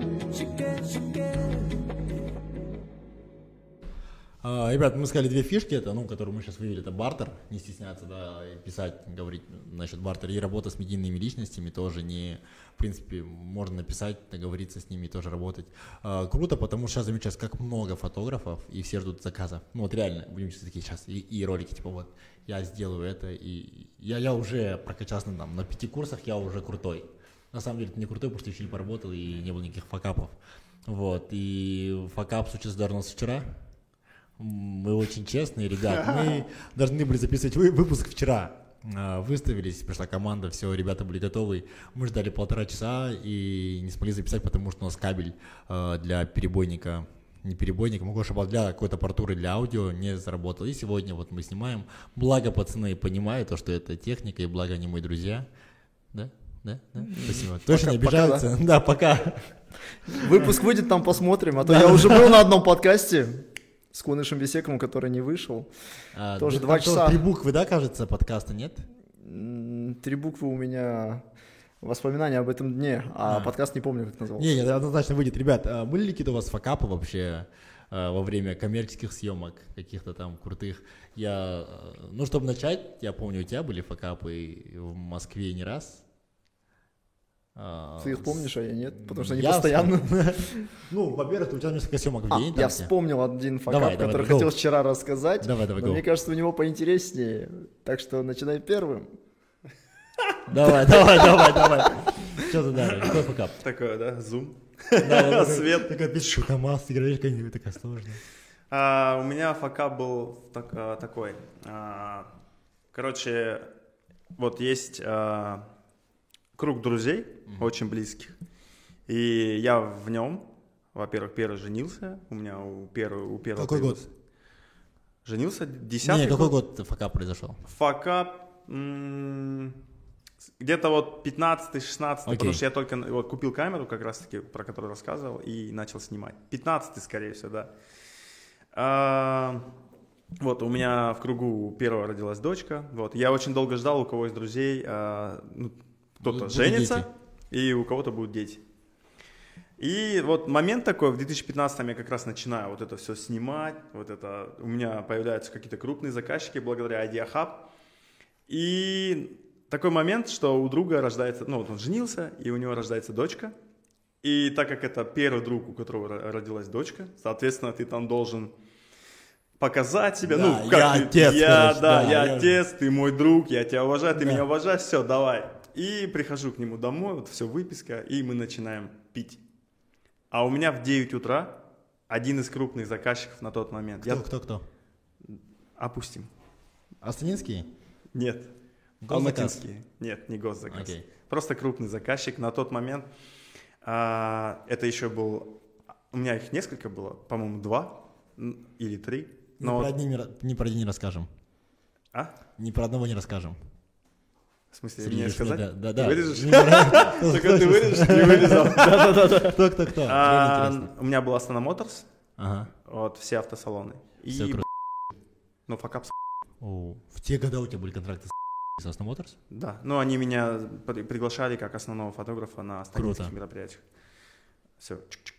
А, ребят, мы сказали две фишки, это, ну, которые мы сейчас вывели, это бартер, не стесняться, да, и писать, говорить насчет бартера, и работа с медийными личностями тоже не, в принципе, можно написать, договориться с ними и тоже работать. А, круто, потому что сейчас замечаю, как много фотографов, и все ждут заказа. Ну, вот реально, будем сейчас такие сейчас, и, и ролики, типа, вот, я сделаю это, и я, я уже прокачался, ну, там, на пяти курсах, я уже крутой. На самом деле, это не крутой, потому что еще не поработал, и не было никаких факапов. Вот, и факап случился даже у нас вчера. Мы очень честные, ребят. Мы должны были записывать вы- выпуск вчера. А, Выставились, пришла команда, все, ребята были готовы. Мы ждали полтора часа и не смогли записать, потому что у нас кабель а, для перебойника, не перебойника, могу ошибаться, для какой-то аппаратуры для аудио не заработал. И сегодня вот мы снимаем. Благо пацаны понимают, то, что это техника, и благо они мои друзья. Да? Да? Да? Спасибо. Точно не пока, обижаются? Да, пока. Выпуск выйдет, там посмотрим. А то я уже был на одном подкасте с Кунышем Бесековым, который не вышел. А, Тоже ну, два там часа. Три буквы, да, кажется, подкаста, нет? М, Три буквы у меня воспоминания об этом дне, а, А. подкаст не помню, как назывался. Не, не, однозначно выйдет. Ребят, а были ли какие-то у вас факапы вообще а, во время коммерческих съемок, каких-то там крутых? Я, а, ну, чтобы начать, я помню, у тебя были факапы в Москве не раз. А, Ты их помнишь, а я нет, потому что они я постоянно. вспом- Ну, во-первых, у тебя несколько съемок в А, день. я там все. вспомнил один факап, Давай, давай, который давай, хотел go. вчера рассказать, Давай, давай, но go. мне кажется, у него поинтереснее. Так что начинай первым. Давай, давай, давай, давай. Что ты, Дарья, какой факап? Такое, да, зум. Да, да, Свет. Такая пишешь, КамАЗ, играешь, какая-нибудь такая сложная. А, у меня факап был так- а, такой. А, короче, вот есть а, круг друзей, очень близких. И я в нем, во-первых, первый женился. У меня у первого, у первого Какой год? появился- Женился десятый Не, какой год факап произошел? Факап м, с- где-то вот пятнадцатый-шестнадцатый, Окей. потому что я только вот, купил камеру, как раз таки, про которую рассказывал, и начал снимать. пятнадцатый, скорее всего, да. А, вот, у меня в кругу у первого родилась дочка. Вот, я очень долго ждал, у кого из друзей а, ну, кто-то Будут женится, и у кого-то будут дети. И вот момент такой, в две тысячи пятнадцатом я как раз начинаю вот это все снимать, вот это, у меня появляются какие-то крупные заказчики благодаря IdeaHub. И такой момент, что у друга рождается, ну вот он женился, и у него рождается дочка. И так как это первый друг, у которого ро- родилась дочка, соответственно, ты там должен показать себя. Да, ну, как я ты- отец, я, короче, да, да, я я- отец, ты мой друг, я тебя уважаю, ты Да. меня уважаешь, все, давай. И прихожу к нему домой, вот все, выписка, и мы начинаем пить. А у меня в девять утра один из крупных заказчиков на тот момент. Кто, Я... кто, кто? Опустим. Астанинский? Нет. Госзаказ? Алматинский. Нет, не госзаказ. Окей. Просто крупный заказчик. На тот момент а, это еще был... У меня их несколько было, по-моему, два м, или три. Не, Но... про одни не, ра- не про один не расскажем. А? Ни про одного не расскажем. В смысле, Среди мне них, сказать? Да, да, Ты да. вырежешь? Не про- Только ты вырежешь, не вырезал. Кто, кто, кто? А, Реально интересно. У меня был Астана Моторс, Ага. вот, все автосалоны. Всё И круто. ну, факап с О, в те года у тебя были контракты с Aston Motors? Да, но они меня при- приглашали как основного фотографа на астонинских мероприятиях. Все.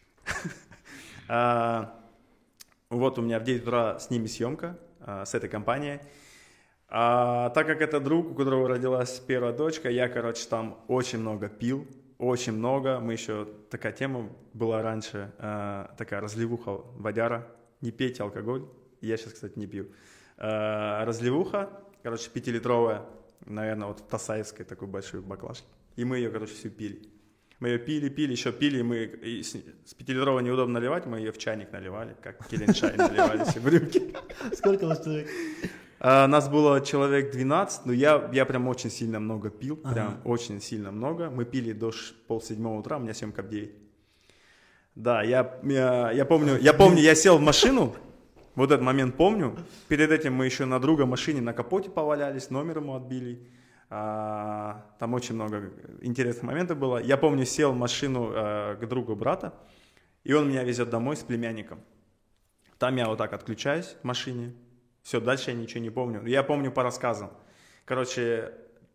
Вот у меня в девять утра с ними съемка, с этой компанией. А так как это друг, у которого родилась первая дочка, я, короче, там очень много пил, очень много. Мы еще, такая тема была раньше, такая разливуха, водяра, не пейте алкоголь. Я сейчас, кстати, не пью. Разливуха, короче, пятилитровая, наверное, вот в Тасаевской такой большой баклажке. И мы ее, короче, всю пили. Мы ее пили, пили, еще пили, мы и с, с пятилитровой неудобно наливать, мы ее в чайник наливали, как келенчай наливали все в рюмки. Сколько у вас человек? А, нас было человек двенадцать, но я, я прям очень сильно много пил, ага. прям очень сильно много. Мы пили до полседьмого утра, у меня съемка в девять. Да, я, я, я помню, я помню, я сел в машину, вот этот момент помню. Перед этим мы еще на друга машине на капоте повалялись, номер ему отбили. А, там очень много интересных моментов было. Я помню, сел в машину а, к другу брата, и он меня везет домой с племянником. Там я вот так отключаюсь в машине. Все, дальше я ничего не помню. Я помню по рассказам. Короче,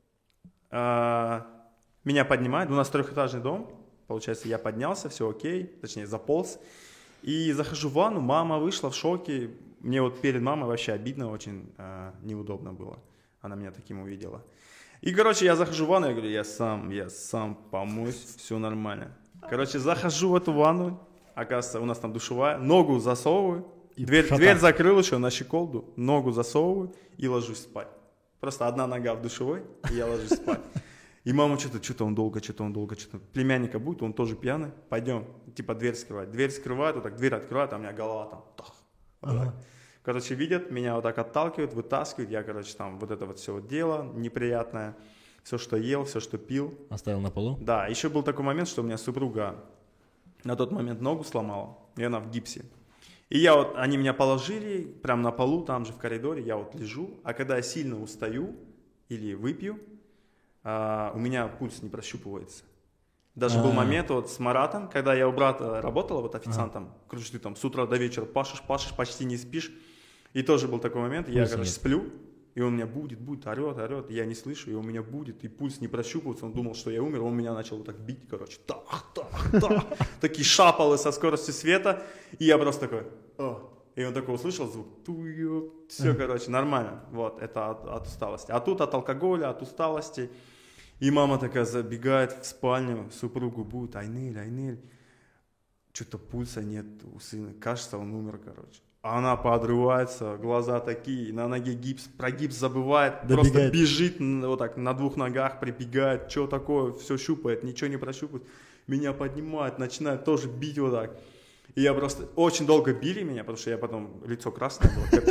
а, меня поднимают. У нас трехэтажный дом. Получается, я поднялся, все окей. Точнее, заполз. И захожу в ванну. Мама вышла в шоке. Мне вот перед мамой вообще обидно, очень а, неудобно было. Она меня таким увидела. И, короче, я захожу в ванну, я говорю, я сам, я сам помоюсь, все нормально. Короче, захожу в эту ванну, оказывается, у нас там душевая, ногу засовываю, дверь, дверь закрыл еще на щеколду, ногу засовываю и ложусь спать. Просто одна нога в душевой, и я ложусь спать. И мама что-то, что-то он долго, что-то он долго, что-то. Племянника будет, он тоже пьяный, пойдем, типа дверь скрывать. Дверь скрывает, вот так дверь открывает, а у меня голова там, тах, вот ага. Короче, видят, меня вот так отталкивают, вытаскивают, я, короче, там вот это вот все вот дело неприятное, все, что ел, все, что пил. Оставил на полу? Да, еще был такой момент, что у меня супруга на тот момент ногу сломала, и она в гипсе. И я вот, они меня положили прямо на полу, там же в коридоре, я вот лежу, а когда я сильно устаю или выпью, а, у меня пульс не прощупывается. Даже А-а-а. был момент вот с Маратом, когда я у брата работал вот официантом, А-а-а. короче, ты там с утра до вечера пашешь, пашешь, почти не спишь. И тоже был такой момент, я, пульс короче, нет. сплю, и он у меня будет, будет, орет, орет, я не слышу, и у меня будет, и пульс не прощупывается, он думал, что я умер, он меня начал вот так бить, короче, так, так, так, такие шапалы со скоростью света, и я просто такой, и он такой услышал звук, все, короче, нормально, вот, это от, от усталости. А тут от алкоголя, от усталости. И мама такая забегает в спальню, супругу будет, Айнель, Айнель, что-то пульса нет у сына, кажется, он умер, короче. Она подрывается, глаза такие, на ноге гипс, про гипс забывает, добегает. Просто бежит вот так на двух ногах, прибегает, что такое, все щупает, ничего не прощупает. Меня поднимает, начинает тоже бить вот так. И я просто, очень долго били меня, потому что я потом, лицо красное было.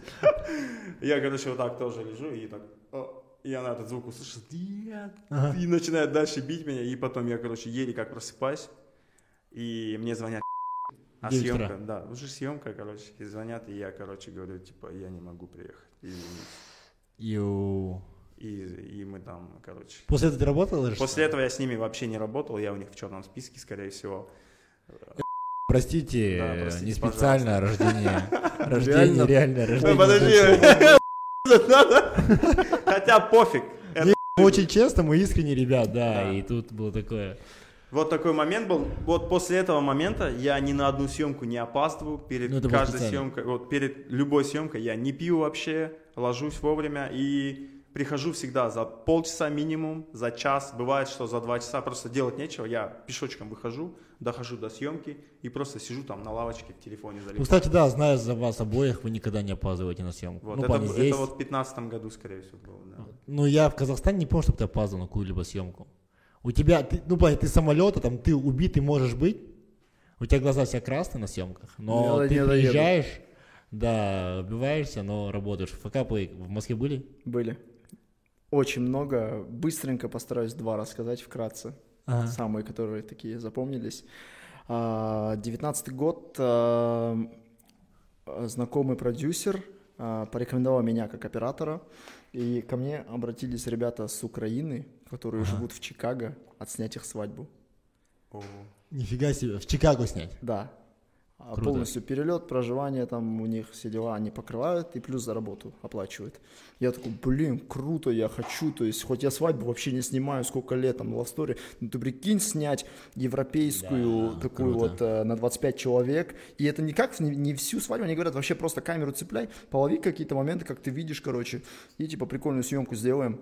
Я, короче, вот так тоже лежу и так... И она этот звук услышит, нет, ага. и начинает дальше бить меня, и потом я, короче, еле как просыпаюсь, и мне звонят, а съемка, да, уже съемка, короче, и звонят, и я, короче, говорю, типа, я не могу приехать, и, и, и мы там, короче. После этого ты работал? После что? этого я с ними вообще не работал, я у них в черном списке, скорее всего. Простите, да, простите, не специально рождение, рождение, реальное рождение. Подожди. Хотя пофиг. Это... Очень честно, мы искренне ребят, да, да, и тут было такое. Вот такой момент был. Вот после этого момента я ни на одну съемку не опаздываю. Перед ну, каждой съемкой, вот перед любой съемкой я не пью вообще, ложусь вовремя и прихожу всегда за полчаса минимум, за час. Бывает, что за два часа просто делать нечего. Я пешочком выхожу, дохожу до съемки и просто сижу там на лавочке в телефоне залипаю. Ну, кстати, да, знаю за вас обоих, вы никогда не опаздываете на съемку. Вот, ну, это, здесь... это вот в пятнадцатом году, скорее всего, было. Да. Ну, я в Казахстане не помню, чтобы ты опаздывал на какую-либо съемку. У тебя, ты, ну, понятно, ты самолета, там, ты убитый можешь быть, у тебя глаза все красные на съемках, но ну, ты приезжаешь, доеду. Да, убиваешься, но работаешь. Факапы в Москве были? Были. Очень много. Быстренько постараюсь два рассказать вкратце. Ага. Самые, которые такие запомнились. девятнадцатый год. Знакомый продюсер порекомендовал меня как оператора. И ко мне обратились ребята с Украины, которые ага. живут в Чикаго, отснять их свадьбу. О, нифига себе, в Чикаго снять? Да. А Круто. полностью перелет, проживание, там у них все дела они покрывают и плюс за работу оплачивают. Я такой, блин, круто, я хочу, то есть хоть я свадьбу вообще не снимаю, сколько лет, там, love story, ну ты прикинь снять европейскую Да, такую круто. вот э, на двадцать пять человек, и это никак не, не всю свадьбу, они говорят, вообще просто камеру цепляй, полови какие-то моменты, как ты видишь, короче, и типа прикольную съемку сделаем.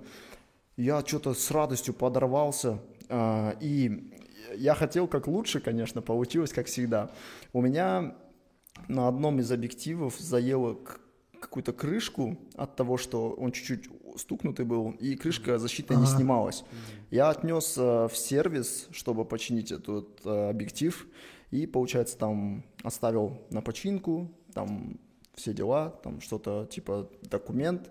Я что-то с радостью подорвался, э, и я хотел как лучше, конечно, получилось, как всегда. У меня на одном из объективов заело к- какую-то крышку от того, что он чуть-чуть стукнутый был, и крышка защитная не снималась. Я отнес э, в сервис, чтобы починить этот э, объектив, и, получается, там оставил на починку, там все дела, там что-то типа документ,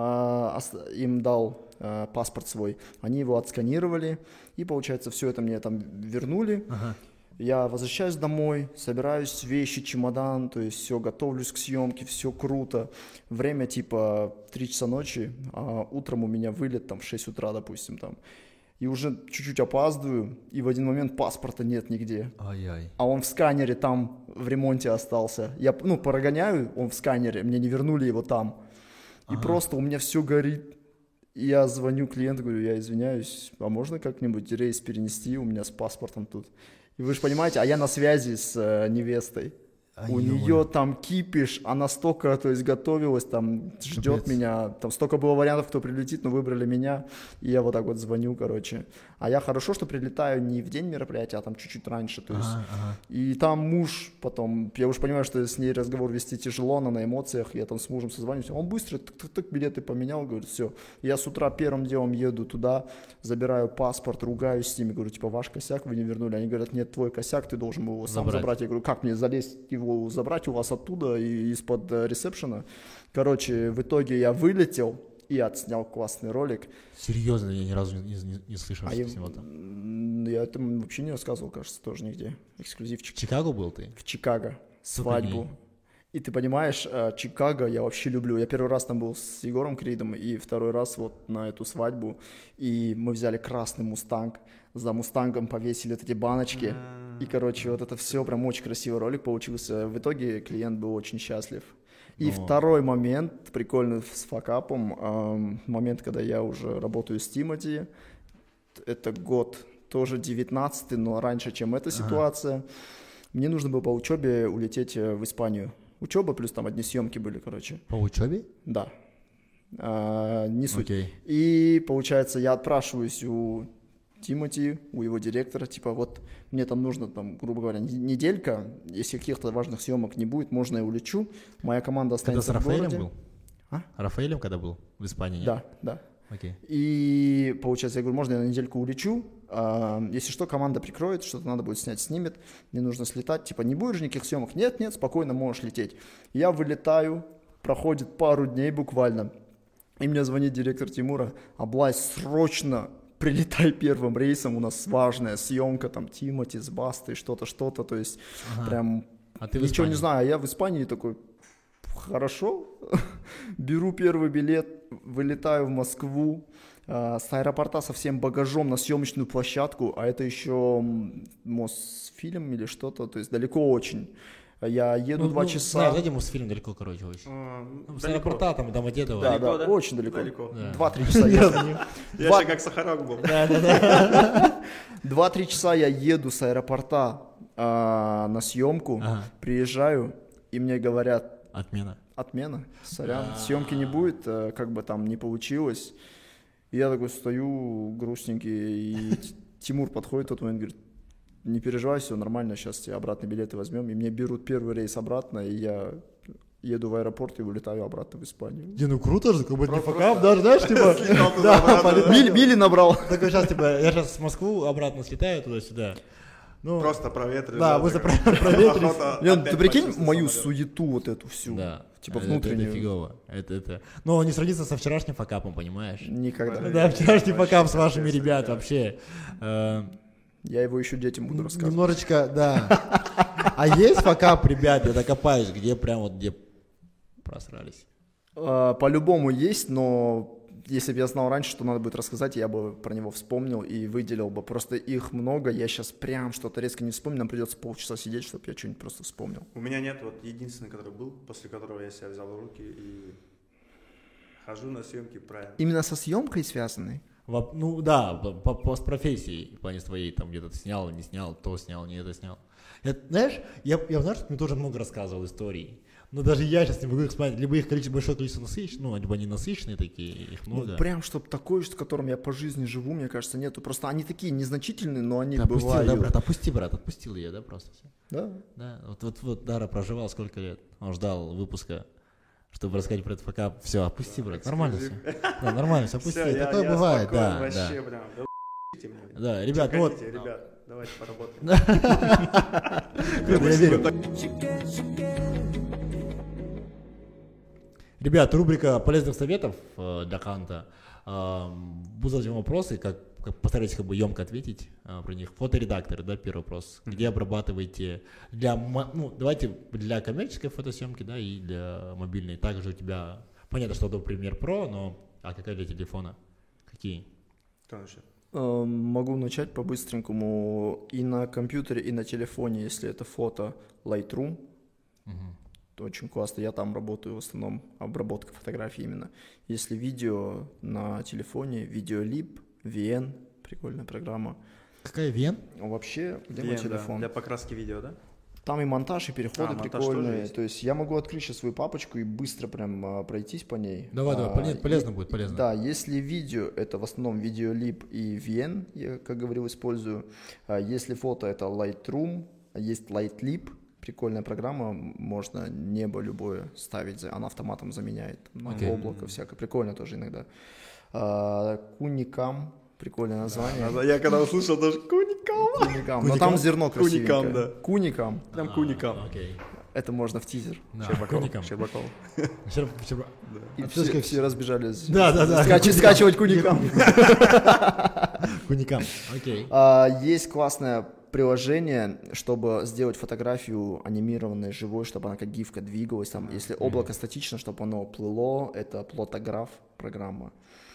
э, ос- им дал э, паспорт свой, они его отсканировали, и, получается, все это мне там вернули. Ага. Я возвращаюсь домой, собираюсь вещи, чемодан, то есть все, готовлюсь к съемке, все круто. Время типа три часа ночи, а утром у меня вылет там в шесть утра, допустим, там. И уже чуть-чуть опаздываю, и в один момент паспорта нет нигде. Ай-яй. А он в сканере там в ремонте остался. Я, ну, прогоняю, он в сканере, мне не вернули его там. И Ага. просто у меня все горит. И я звоню клиенту, говорю, я извиняюсь, а можно как-нибудь рейс перенести, у меня с паспортом тут. И вы же понимаете, а я на связи с э, невестой. Ай, У ё-моё. нее там кипиш, она столько, то есть, готовилась, там, ждет Капец. меня, там столько было вариантов, кто прилетит, но выбрали меня, и я вот так вот звоню, короче. А я хорошо, что прилетаю не в день мероприятия, а там чуть-чуть раньше, то есть. Ага, ага. И там муж потом, я уж понимаю, что с ней разговор вести тяжело, она на эмоциях, я там с мужем созваниваюсь, он быстро так-так-так билеты поменял, говорит, все. Я с утра первым делом еду туда, забираю паспорт, ругаюсь с ними, говорю, типа, ваш косяк вы не вернули. Они говорят, нет, твой косяк, ты должен был его сам Забрать. забрать. Я говорю, как мне залезть его забрать у вас оттуда и из-под э, ресепшена? Короче, в итоге я вылетел и отснял классный ролик. Серьезно, я ни разу не, не, не слышал, А что я, снимал там. м, я это вообще не рассказывал, кажется, тоже нигде. Эксклюзивчик. В Чикаго был ты? В Чикаго. Сколько Свадьбу. дней? И ты понимаешь, э, Чикаго я вообще люблю. Я первый раз там был с Егором Кридом, и второй раз вот на эту свадьбу. И мы взяли красный мустанг, за мустангом повесили вот эти баночки. И, короче, вот это все, прям очень красивый ролик получился. В итоге клиент был очень счастлив. И Ну. второй момент, прикольный с факапом, эм, момент, когда я уже работаю с Тимати. Это год тоже девятнадцатый, но раньше, чем эта ситуация. Мне нужно было по учебе улететь э, в Испанию. Учеба, плюс там одни съемки были, короче. По учебе? Да. А, не суть. Окей. И, получается, я отпрашиваюсь у Тимати, у его директора, типа, вот мне там нужно, там, грубо говоря, н- неделька, если каких-то важных съемок не будет, можно я улечу, моя команда Когда с останется в Рафаэлем городе. был? А? Рафаэлем когда был? В Испании, нет? Да, да. Окей. И, получается, я говорю, можно я на недельку улечу, а, если что, команда прикроет, что-то надо будет снять, снимет, мне нужно слетать, типа, не будет же никаких съемок? Нет, нет, спокойно можешь лететь. Я вылетаю, проходит пару дней буквально, и мне звонит директор Тимура, Аблай, срочно прилетай первым рейсом, у нас важная съемка, там, Тимати с Бастой, что-то, что-то, то есть, Ага. прям, А ты в ничего не Испании? знаю, а я в Испании такой, хорошо, беру первый билет, вылетаю в Москву, а, с аэропорта со всем багажом на съемочную площадку, а это еще м, Мосфильм или что-то, то есть далеко очень. Я еду Ну, два ну, часа. Знаю, знаете, Мосфильм далеко, короче, очень. Ну, с аэропорта, там, Домодедово. Да, Далеко, да, да? очень далеко. Далеко. Да. Два-три часа я Я Два- же как Сахарок был. Два-три часа я еду с аэропорта а, на съемку, Ага. приезжаю, и мне говорят, Отмена. отмена, сорян, съемки не будет, э, как бы там не получилось. И я такой стою грустненький, и Т- Тимур подходит в тот момент, говорит, не переживай, все нормально, сейчас тебе обратно билеты возьмем. И мне берут первый рейс обратно, и я еду в аэропорт и вылетаю обратно в Испанию. Не, ну круто же, как бы не Просто- факап, даже, знаешь, типа... Слетал туда-обратно. Мили, мили набрал. Такой сейчас, типа, я сейчас в Москву обратно слетаю туда-сюда. Ну, Просто проветрили. Да, просто про- проветрились. Охота Лен, опять ты прикинь почувствовать мою самолет. суету вот эту всю, да. типа Это- внутреннюю. Это фигово. Это, это... Но не сравнится со вчерашним факапом, понимаешь? Никогда. Да, вчерашний Вообще, факап с вашими вообще, ребят да. вообще. Э, Я его еще детям буду рассказывать. Немножечко, да. А есть факап, ребят, я докопаюсь, где прям вот, где просрались. А, По-любому есть, но если бы я знал раньше, что надо будет рассказать, я бы про него вспомнил и выделил бы. Просто их много, я сейчас прям что-то резко не вспомню, нам придется полчаса сидеть, чтобы я что-нибудь просто вспомнил. У меня нет, вот единственный, который был, после которого я себя взял в руки и хожу на съемки правильно. Именно со съемкой связанный? Во- Ну да, по, по, по- с профессией, в плане своей, там где-то снял, не снял, то снял, не это снял. Я, знаешь, я, я знаю, что ты мне тоже много рассказывал историй. Но даже я сейчас не могу их вспомнить. Либо их количество, большое количество насыщенных, ну, либо они насыщенные такие, их много. Ну, прям, чтобы такое, с которым я по жизни живу, мне кажется, нету. Просто они такие незначительные, но они Ты опустил, бывают. да, брат, опусти, брат, отпустил ее, да, просто все. Да. Да, вот, вот, вот Дара проживал сколько лет, он ждал выпуска, чтобы рассказать про это, пока все, опусти, брат, нормально все. Да, нормально все, опусти, Всё, я- такое я бывает, спокоен, да, вообще да. прям, да у***те меня. Да, ребят, ну вот, Хотите, ребят, давайте поработаем. я верю. Ребят, рубрика полезных советов э, для Канта. Э, буду задать вам вопросы, как, как постарайтесь как бы емко ответить э, про них. Фоторедакторы, да, первый вопрос. Где обрабатываете для, мо- ну, давайте для коммерческой фотосъемки, да, и для мобильной. Также у тебя, понятно, что это Premiere Pro, но, а какая для телефона? Какие? Кто начнет? Э, Могу начать по-быстренькому. И на компьютере, и на телефоне, если это фото, Lightroom. Очень классно. Я там работаю в основном, обработка фотографий именно. Если видео на телефоне, Videolib, ви эн, прикольная программа. Какая Вен? Вообще, где Ви мой эн, да, телефон? для покраски видео, да? Там и монтаж, и переходы А, монтаж тоже прикольные. есть. То есть я могу открыть сейчас свою папочку и быстро прям а, пройтись по ней. Давай, А, давай, поле- и- полезно будет, полезно. Да, если видео, это в основном Videolib и ви эн, я, как говорил, использую. А если фото, это Lightroom, а есть Lightlib. Прикольная программа, можно небо любое ставить, за- она автоматом заменяет, ну, Окей. облако всякое, прикольно тоже иногда. А, Куникам, прикольное название. Я когда услышал даже куникам. Куникам, но там зерно красивенькое. Куникам, да. Куникам, Прям куникам. А, окей. это можно в тизер. Да, Щербаков. Куникам. Щербаков. Щерб- Щерб- И А все, всё-таки- все разбежались. Да, да, да. Скач- скачивать Куникам. Куникам, окей. А, Есть классное приложение, чтобы сделать фотографию анимированной, живой, чтобы она как гифка двигалась. Там, если облако статично, чтобы оно плыло, это Plotograph программа.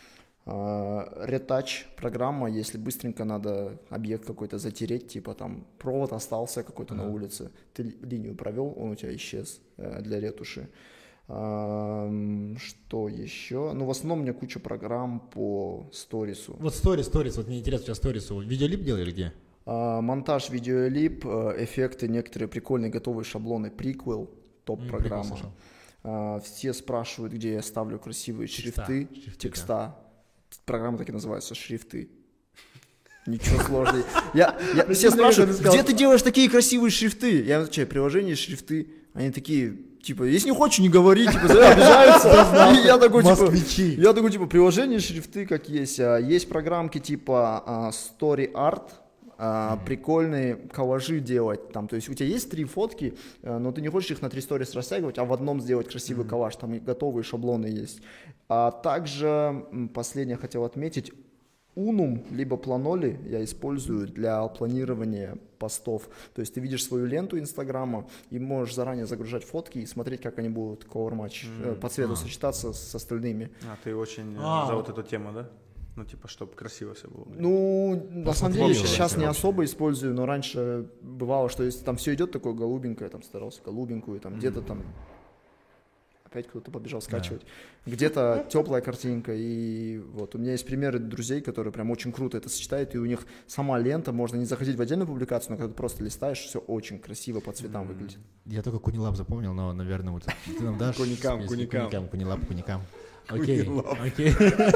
А, Retouch программа, если быстренько надо объект какой-то затереть, типа там провод остался какой-то на улице, ты линию провел, он у тебя исчез э, для ретуши. А, м, Что еще? Ну, в основном у меня куча программ по сторису. Вот сторис, сторис, вот мне интересно, у тебя сторису. Видеолип делали где? А, Монтаж, видеолип, э, эффекты, некоторые прикольные готовые шаблоны, Prequel, топ-программа. Prequel слышал. А, Все спрашивают, где я ставлю красивые Текста, шрифты, шрифты, текста. Программа так и называется, шрифты. Ничего сложного. Я, я, все спрашивают, где ты делаешь такие красивые шрифты? Я отвечаю, приложение, шрифты. Они такие, типа, если не хочешь, не говори, типа, обижаются. И я такой, типа, Москвичи. я такой, типа, приложение, шрифты, как есть. А, Есть программки типа а, Story Art, а, прикольные коллажи делать. Там, то есть у тебя есть три фотки, а, но ты не хочешь их на три сторис растягивать, а в одном сделать красивый коллаж. Там и готовые шаблоны есть. А также, м, последнее хотел отметить, Unum либо Planoly я использую для планирования постов. То есть ты видишь свою ленту Инстаграма и можешь заранее загружать фотки и смотреть, как они будут color match, э, по цвету сочетаться с остальными. А, ты очень э, А. за вот эту тему, да? Ну, типа, чтобы красиво все было. Ну, на самом деле, Посмотрели, сейчас не вообще. особо использую, но раньше бывало, что если там все идет такое голубенькое, там старался голубенькую, там где-то там опять кто-то побежал скачивать, где-то теплая картинка, и вот у меня есть примеры друзей, которые прям очень круто это сочетают, и у них сама лента, можно не заходить в отдельную публикацию, но когда ты просто листаешь, все очень красиво по цветам выглядит. Я только Кунилаб запомнил, но, наверное, вот ты нам дашь Куникам, список? Куникам. Куникам, Кунилаб, Куникам. Окей, Кунилаб. окей.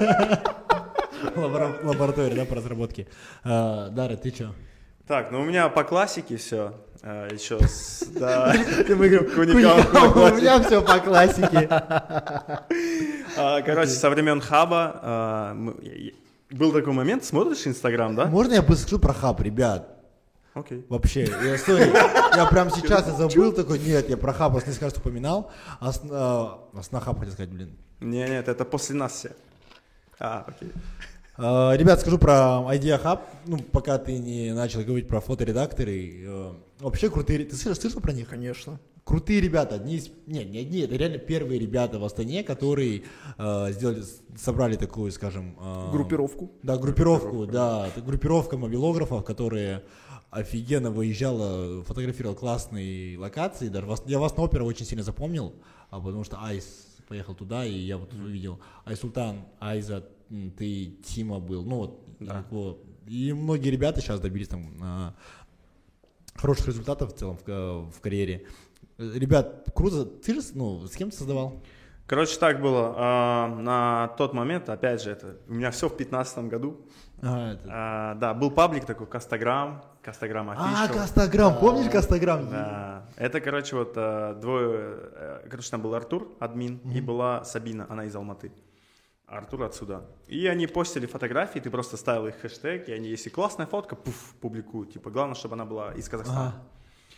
Лабора- Лаборатория, да, по разработке. А, Дара, ты что? Так, ну у меня по классике все. Еще с... Да. Мы говорим, Куникам. у меня все по классике. А, Короче, со времен хаба а, мы- я- я- был такой момент, смотришь Инстаграм, да? Можно я быстро скажу про хаб, ребят? Окей. Вообще, я, sorry, я прям сейчас я забыл такой, нет, я про хаб вас несколько раз упоминал, а с, а, а с на хаб хотел сказать, блин. Не, нет, это после нас все. А, окей. А, ребят, скажу про Idea Hub, ну, пока ты не начал говорить про фоторедакторы, э, вообще крутые, ты слышал, слышал про них? Конечно. крутые ребята, одни из, нет, не одни, это реально первые ребята в Астане, которые э, сделали, собрали такую, скажем... Э, группировку. Да, группировку, да, это группировка мобилографов, которые офигенно выезжала, фотографировала классные локации, даже вас, я вас на оперу очень сильно запомнил, а потому что Айс поехал туда, и я вот увидел Айсултан, Айза, ты, Тима был, ну вот, да. вот. И многие ребята сейчас добились там э, хороших результатов в целом в, в карьере. Ребят, круто. Ты же, ну, с кем ты создавал? Короче, так было. А, на тот момент, опять же, это у меня все в пятнадцатом году. А, это... а, да, был паблик такой, Кастаграм, Кастаграм Official. А, Кастаграм, да. Помнишь Кастаграм? Да. Это, короче, вот двое, короче, там был Артур, админ, mm-hmm. и была Сабина, она из Алматы. Артур отсюда. И они постили фотографии, ты просто ставил их хэштег, и они, если классная фотка, пуф, публикуют. Типа, главное, чтобы она была из Казахстана. Ага.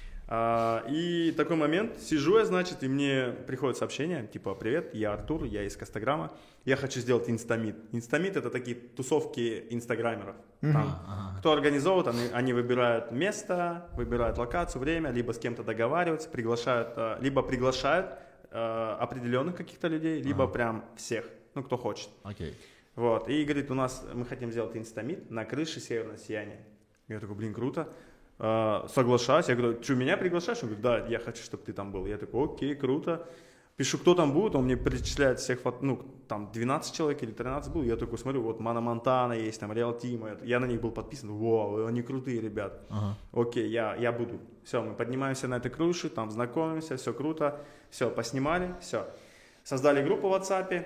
А, и такой момент, сижу я, значит, и мне приходит сообщение, типа, привет, я Артур, я из Кастаграма, я хочу сделать инстамит. Инстамит — это такие тусовки инстаграмеров. Там, ага. Кто организовывает, они, они выбирают место, выбирают локацию, время, либо с кем-то договариваются, приглашают, либо приглашают определенных каких-то людей, либо ага. прям всех, ну, кто хочет. Okay. Вот, и говорит, у нас, мы хотим сделать инстамит на крыше Северное сияние. Я такой, блин, круто. Uh, соглашаюсь, я говорю, что, меня приглашаешь? Он говорит, да, я хочу, чтобы ты там был. Я такой, окей, круто. Пишу, кто там будет, он мне перечисляет всех, ну, там двенадцать человек или тринадцать был. Я такой смотрю, вот Мана Монтана есть, там Реал Тима. Я на них был подписан, вау, они крутые ребят. Ага. Окей, я, я буду. Все, мы поднимаемся на этой крыше, там знакомимся, все круто. Все, поснимали, все. Создали группу в WhatsApp.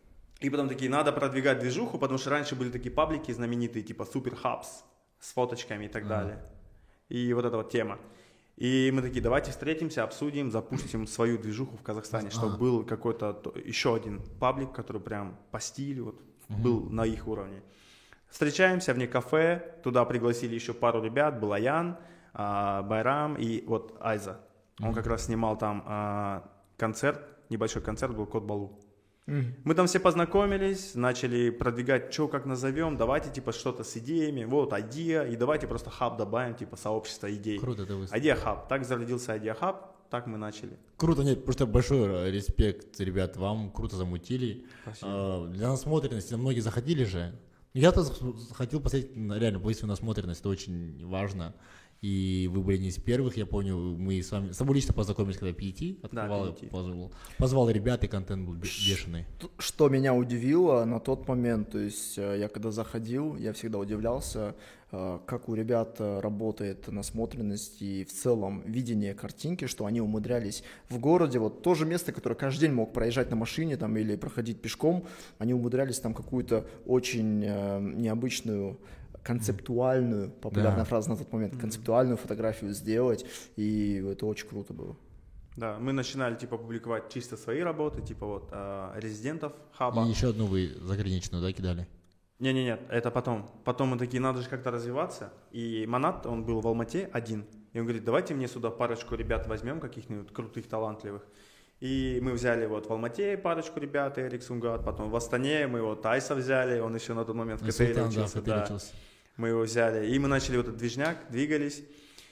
И потом такие, надо продвигать движуху, потому что раньше были такие паблики знаменитые, типа Super Hubs с фоточками и так ага. далее. И вот эта вот тема. И мы такие, давайте встретимся, обсудим, запустим свою движуху в Казахстане, а-а-а. чтобы был какой-то еще один паблик, который прям по стилю вот, угу. был на их уровне. Встречаемся вне кафе, туда пригласили еще пару ребят, был Аян, а, Байрам и вот Айза. Он угу. как раз снимал там а, концерт, небольшой концерт был «Кот Балу». Mm-hmm. Мы там все познакомились, начали продвигать, что как назовем, давайте типа что-то с идеями, вот идея, и давайте просто хаб добавим, типа сообщество идей. Круто это выставил. Идея хаб, так зародился идея хаб, так мы начали. Круто, нет, просто большой респект, ребят, вам круто замутили. А, для насмотренности, многие заходили же. Я-то хотел посмотреть, реально, повысить насмотренность, это очень важно. И вы были не из первых, я помню, мы с вами, с тобой лично познакомились, когда пи и ти открывал, да, пи и ти. Позвал, позвал ребят, и контент был бешеный. Что меня удивило на тот момент, то есть я когда заходил, я всегда удивлялся, как у ребят работает насмотренность и в целом видение картинки, что они умудрялись в городе, вот то же место, которое каждый день мог проезжать на машине там, или проходить пешком, они умудрялись там какую-то очень э, необычную, концептуальную, популярная да. фраза на тот момент, концептуальную фотографию сделать, и это очень круто было. Да, мы начинали типа публиковать чисто свои работы, типа вот э, резидентов хаба. И еще одну вы заграничную, да, кидали? Не-не-нет, это потом. Потом мы такие, надо же как-то развиваться. И Манат, он был в Алмате один, и он говорит, давайте мне сюда парочку ребят возьмем, каких-нибудь крутых, талантливых. И мы взяли вот в Алмате парочку ребят, Эрик Сунгат, потом в Астане мы вот Айса взяли, он еще на тот момент в КТЛ учился. Да, да. Мы его взяли, и мы начали вот этот движняк, двигались.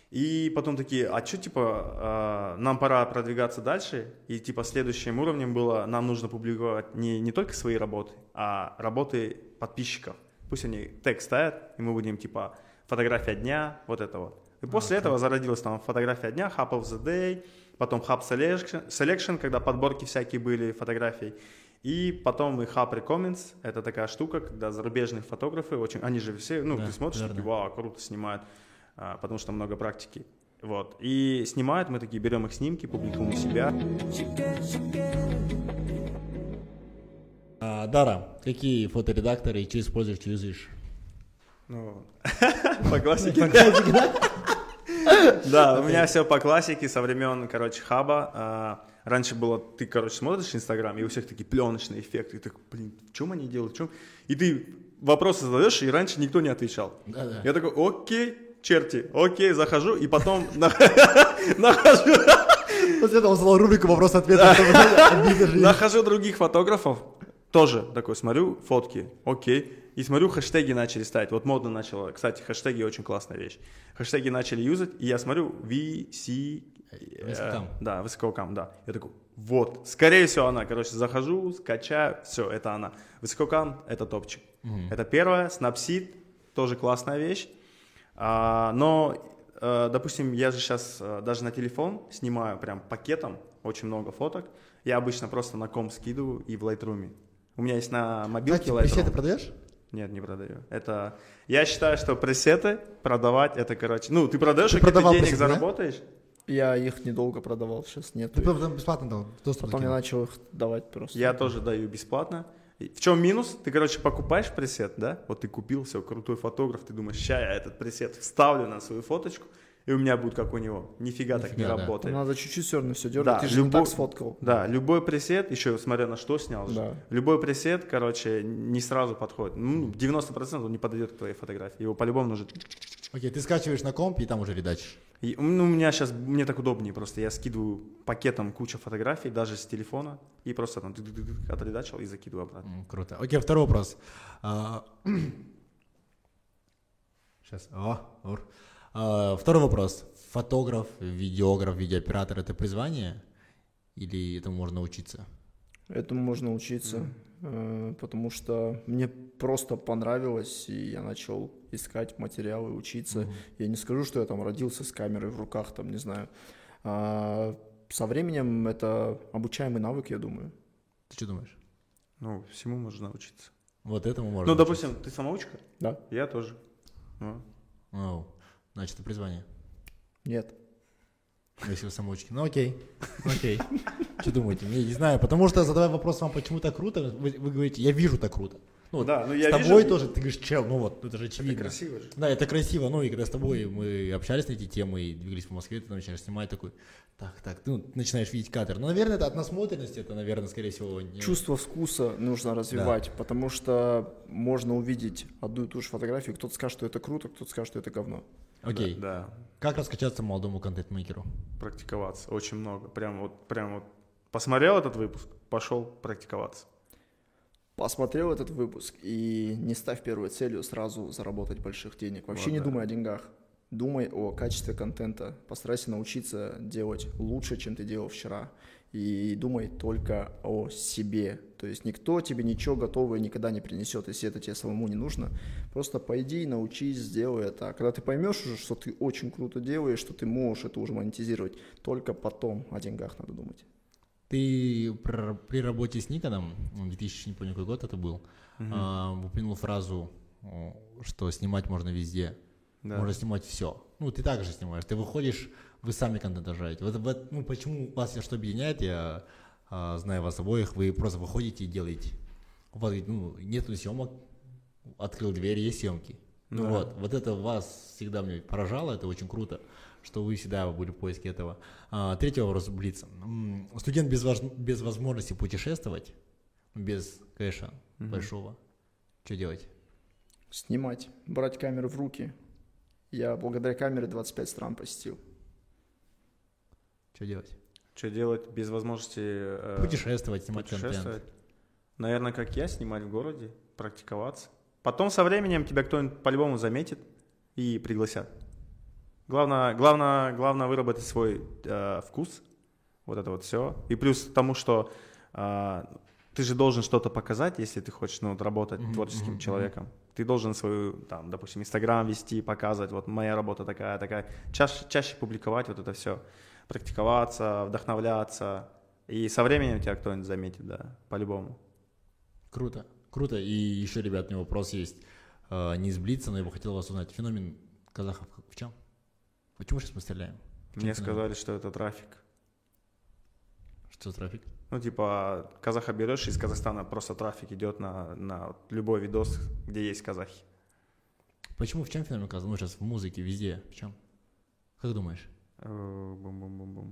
И потом такие, а что, типа, э, нам пора продвигаться дальше, и, типа, следующим уровнем было, нам нужно публиковать не, не только свои работы, а работы подписчиков. Пусть они тег ставят, и мы будем, типа, фотография дня, вот это вот. И после okay. этого зародилась там фотография дня, Hub of the Day, потом Hub Selection, Selection, когда подборки всякие были фотографий. И потом и Hub Recommends, это такая штука, когда зарубежные фотографы, очень, они же все, ну, да, ты смотришь, такие, вау, круто снимают. Потому что много практики. Вот. И снимают, мы такие берем их снимки, публикуем у себя. А, Дара, какие фоторедакторы и что используешь, что юзаешь? Ну, по классике. Да, у меня все по классике со времен, короче, хаба. Раньше было, ты, короче, смотришь Инстаграм, и у всех такие пленочные эффекты. И ты такой, блин, в чем они делают, в чем? И ты вопросы задаешь, и раньше никто не отвечал. Я такой, окей. Черти, окей, захожу, и потом нахожу... После этого создал рубрику вопрос-ответ. Нахожу других фотографов, тоже такой смотрю, фотки, окей, и смотрю, хэштеги начали ставить. Вот модно начало, кстати, хэштеги очень классная вещь. Хэштеги начали юзать, и я смотрю, ви си Высококам. Э, да, высококам, да. Я такой, вот, скорее всего она, короче, захожу, скачаю, все, это она. Высококам — это топчик. Угу. Это первое. Snapseed — тоже классная вещь. А, но, а, допустим, я же сейчас а, даже на телефон снимаю прям пакетом очень много фоток. Я обычно просто на ком скидываю и в Lightroom. У меня есть на мобилке Lightroom. Пресеты продаешь? Нет, не продаю. Это, я считаю, что пресеты продавать, это, короче, ну, ты продаешь, ты и ты денег пресеты, заработаешь. Да? Я их недолго продавал, сейчас нет. Ты потом бесплатно дал? Потом я начал их давать просто. Я тоже даю бесплатно. В чем минус? Ты, короче, покупаешь пресет, да? Вот ты купил, все, крутой фотограф, ты думаешь, ща я этот пресет вставлю на свою фоточку, и у меня будет как у него. Нифига, Нифига так не да. работает. Надо чуть-чуть все равно все дергать, да, ты же любой, не так сфоткал. Да, любой пресет, еще смотря на что снял же, да. любой пресет, короче, не сразу подходит. Ну, девяносто процентов он не подойдет к твоей фотографии, его по-любому нужно... Окей, ты скачиваешь на комп и там уже редачишь. И, ну, у меня сейчас, мне так удобнее просто, я скидываю пакетом кучу фотографий, даже с телефона, и просто там отредачил и закидываю обратно. Mm, круто. Окей, второй вопрос. А, сейчас. О, ур. А, второй вопрос. Фотограф, видеограф, видеооператор — это призвание или этому можно учиться? Этому можно учиться, mm. потому что мне просто понравилось, и я начал искать материалы, учиться. Mm-hmm. Я не скажу, что я там родился с камерой в руках, там, не знаю. А со временем это обучаемый навык, я думаю. Ты что думаешь? Ну, всему можно научиться. Вот этому можно Ну, научиться. допустим, ты самоучка? Да. Я тоже. Ну. Oh. Значит, это призвание? Нет. Если вы самоучки. Ну окей, окей. Что думаете? Я не знаю, потому что задавая вопрос вам, почему так круто, вы, вы говорите, я вижу так круто. Ну, да, ну с я тобой вижу... тоже, ты говоришь, чел, ну вот, это же очевидно. Это красиво же. Да, это красиво, ну и когда с тобой мы общались на эти темы и двигались по Москве, ты начинаешь снимать такой, так, так, ты ну, начинаешь видеть кадр. Ну, наверное, это от насмотренности, это, наверное, скорее всего... Не... Чувство вкуса нужно развивать, да. Потому что можно увидеть одну и ту же фотографию, кто-то скажет, что это круто, кто-то скажет, что это говно. Окей. Да, да. Как раскачаться молодому контент-мейкеру? Практиковаться. Очень много. Прям вот, прям вот посмотрел этот выпуск, пошел практиковаться. Посмотрел этот выпуск и не ставь первой целью сразу заработать больших денег. Вообще вот, не да. думай о деньгах. Думай о качестве контента. Постарайся научиться делать лучше, чем ты делал вчера. И думай только о себе. То есть никто тебе ничего готового никогда не принесет, если это тебе самому не нужно. Просто пойди, научись, сделай это. А когда ты поймешь уже, что ты очень круто делаешь, что ты можешь это уже монетизировать, только потом о деньгах надо думать. Ты при работе с Никоном, две тысячи, не помню, какой год это был, uh-huh. а, упомянул фразу, что снимать можно везде. Да. Можно снимать все. Ну, ты также снимаешь. Ты выходишь, вы сами контент рожаете. Вот, вот, ну, почему вас что объединяет, я а, знаю вас обоих, вы просто выходите и делаете. У вас ну, нету съемок, открыл дверь, есть съемки. Ну да. вот, вот это вас всегда мне поражало, это очень круто, что вы всегда были в поиске этого. А, третий вопрос блиц. Студент без, вож... без возможности путешествовать, без кэша mm-hmm. большого, что делать? Снимать, брать камеру в руки. Я благодаря камере двадцать пять стран посетил. Что делать? Что делать без возможности... Э, путешествовать, снимать путешествовать. контент. Наверное, как я, снимать в городе, практиковаться. Потом со временем тебя кто-нибудь по-любому заметит и пригласят. Главное, главное, главное выработать свой э, вкус, вот это вот все. И плюс к тому, что э, ты же должен что-то показать, если ты хочешь ну, вот, работать mm-hmm, творческим mm-hmm. человеком. Ты должен свою, там, допустим, Инстаграм вести, показывать, вот моя работа такая, такая. Чаще, чаще публиковать вот это все. Практиковаться, вдохновляться. И со временем тебя кто-нибудь заметит, да, по-любому. Круто, круто. И еще, ребят, у меня вопрос есть. Э, не из Блица, но я бы хотел вас узнать. Феномен казахов в чем? Почему сейчас мы стреляем? Мне сказали, что это трафик. Что за трафик? Ну, типа, казаха берешь, из Казахстана просто трафик идет на, на любой видос, где есть казахи. Почему, в чем феномен казахов? Ну, сейчас в музыке, везде. В чем? Как думаешь? Бум-бум-бум-бум.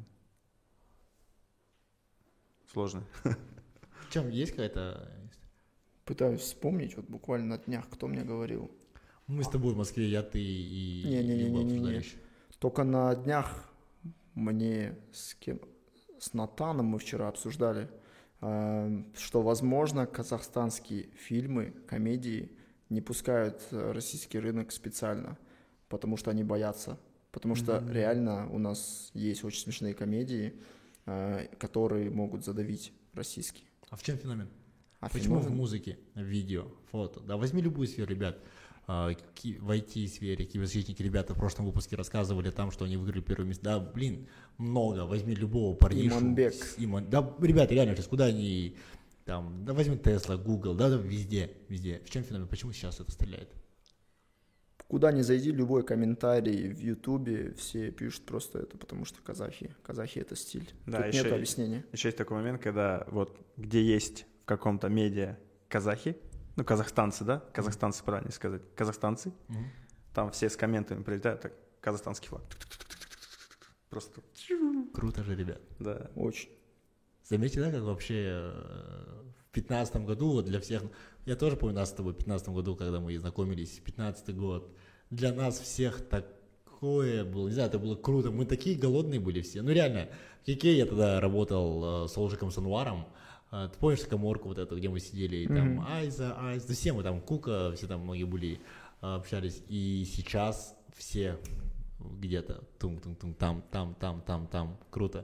Сложно. В чем есть какая-то... Пытаюсь вспомнить, вот буквально на днях, кто мне говорил. Мы с тобой в Москве, я, ты и... Не-не-не-не-не. Только на днях мне с кем... С Натаном мы вчера обсуждали, что, возможно, казахстанские фильмы, комедии не пускают российский рынок специально, потому что они боятся. Потому что mm-hmm. реально у нас есть очень смешные комедии, э, которые могут задавить российский. А в чем феномен? А Почему феномен? в музыке, в видео, фото? Да, возьми любую сферу, ребят. В ай ти-сфере, киберзащитники, ребята в прошлом выпуске рассказывали там, что они выиграли первое место. Да, блин, много. Возьми любого парнишу. Иманбек. Иман... Да, ребята, реально, сейчас куда они... Там, да, возьми Tesla, Google, да, да, везде, везде. В чем феномен? Почему сейчас это стреляет? Куда ни зайди, любой комментарий в Ютубе, все пишут просто это, потому что казахи. Казахи — это стиль. Да, Тут еще, нет объяснения. Еще есть такой момент, когда вот где есть в каком-то медиа казахи, ну, казахстанцы, да? Казахстанцы, правильно сказать. Казахстанцы. Mm-hmm. Там все с комментами прилетают, так, казахстанский флаг. Просто. Круто же, ребят. Да. Очень. Заметьте, да, как вообще в пятнадцатом году вот для всех... Я тоже помню нас с тобой в пятнадцатом году, когда мы знакомились, пятнадцатый год. Для нас всех такое было, не знаю, это было круто. Мы такие голодные были все. Ну, реально, в Кике я тогда работал с Олжиком Санваром. Ты помнишь коморку вот эту, где мы сидели, и там mm-hmm. Айза, Айза, все мы там, Кука, все там многие были, общались, и сейчас все где-то тум-тум-тум, там, там, там, там, там, круто,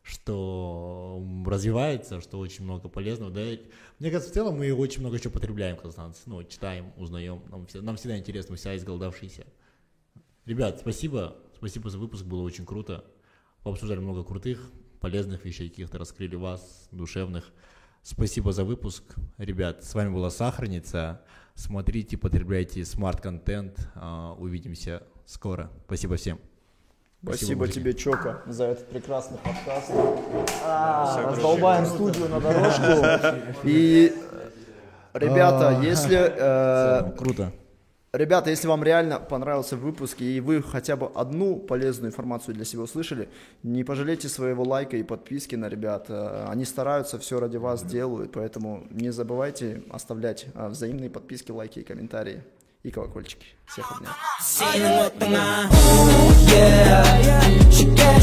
что развивается, что очень много полезного, да, мне кажется, в целом мы очень много чего потребляем, казахстанцы, ну, читаем, узнаем, нам, нам всегда интересно, мы всегда изголодавшиеся. Ребят, спасибо, спасибо за выпуск, было очень круто, пообсуждали много крутых, полезных вещей, каких-то раскрыли вас, душевных. Спасибо за выпуск, ребят. С вами была Сахарница. Смотрите, потребляйте смарт-контент. Увидимся скоро. Спасибо всем. Спасибо, Спасибо тебе, Чока, за этот прекрасный подкаст. А, раздолбаем студию на дорожку. И, ребята, если... Круто. Ребята, если вам реально понравился выпуск и вы хотя бы одну полезную информацию для себя услышали, не пожалейте своего лайка и подписки на ребят. Они стараются, все ради вас делают, поэтому не забывайте оставлять взаимные подписки, лайки и комментарии. И колокольчики. Всех обнял.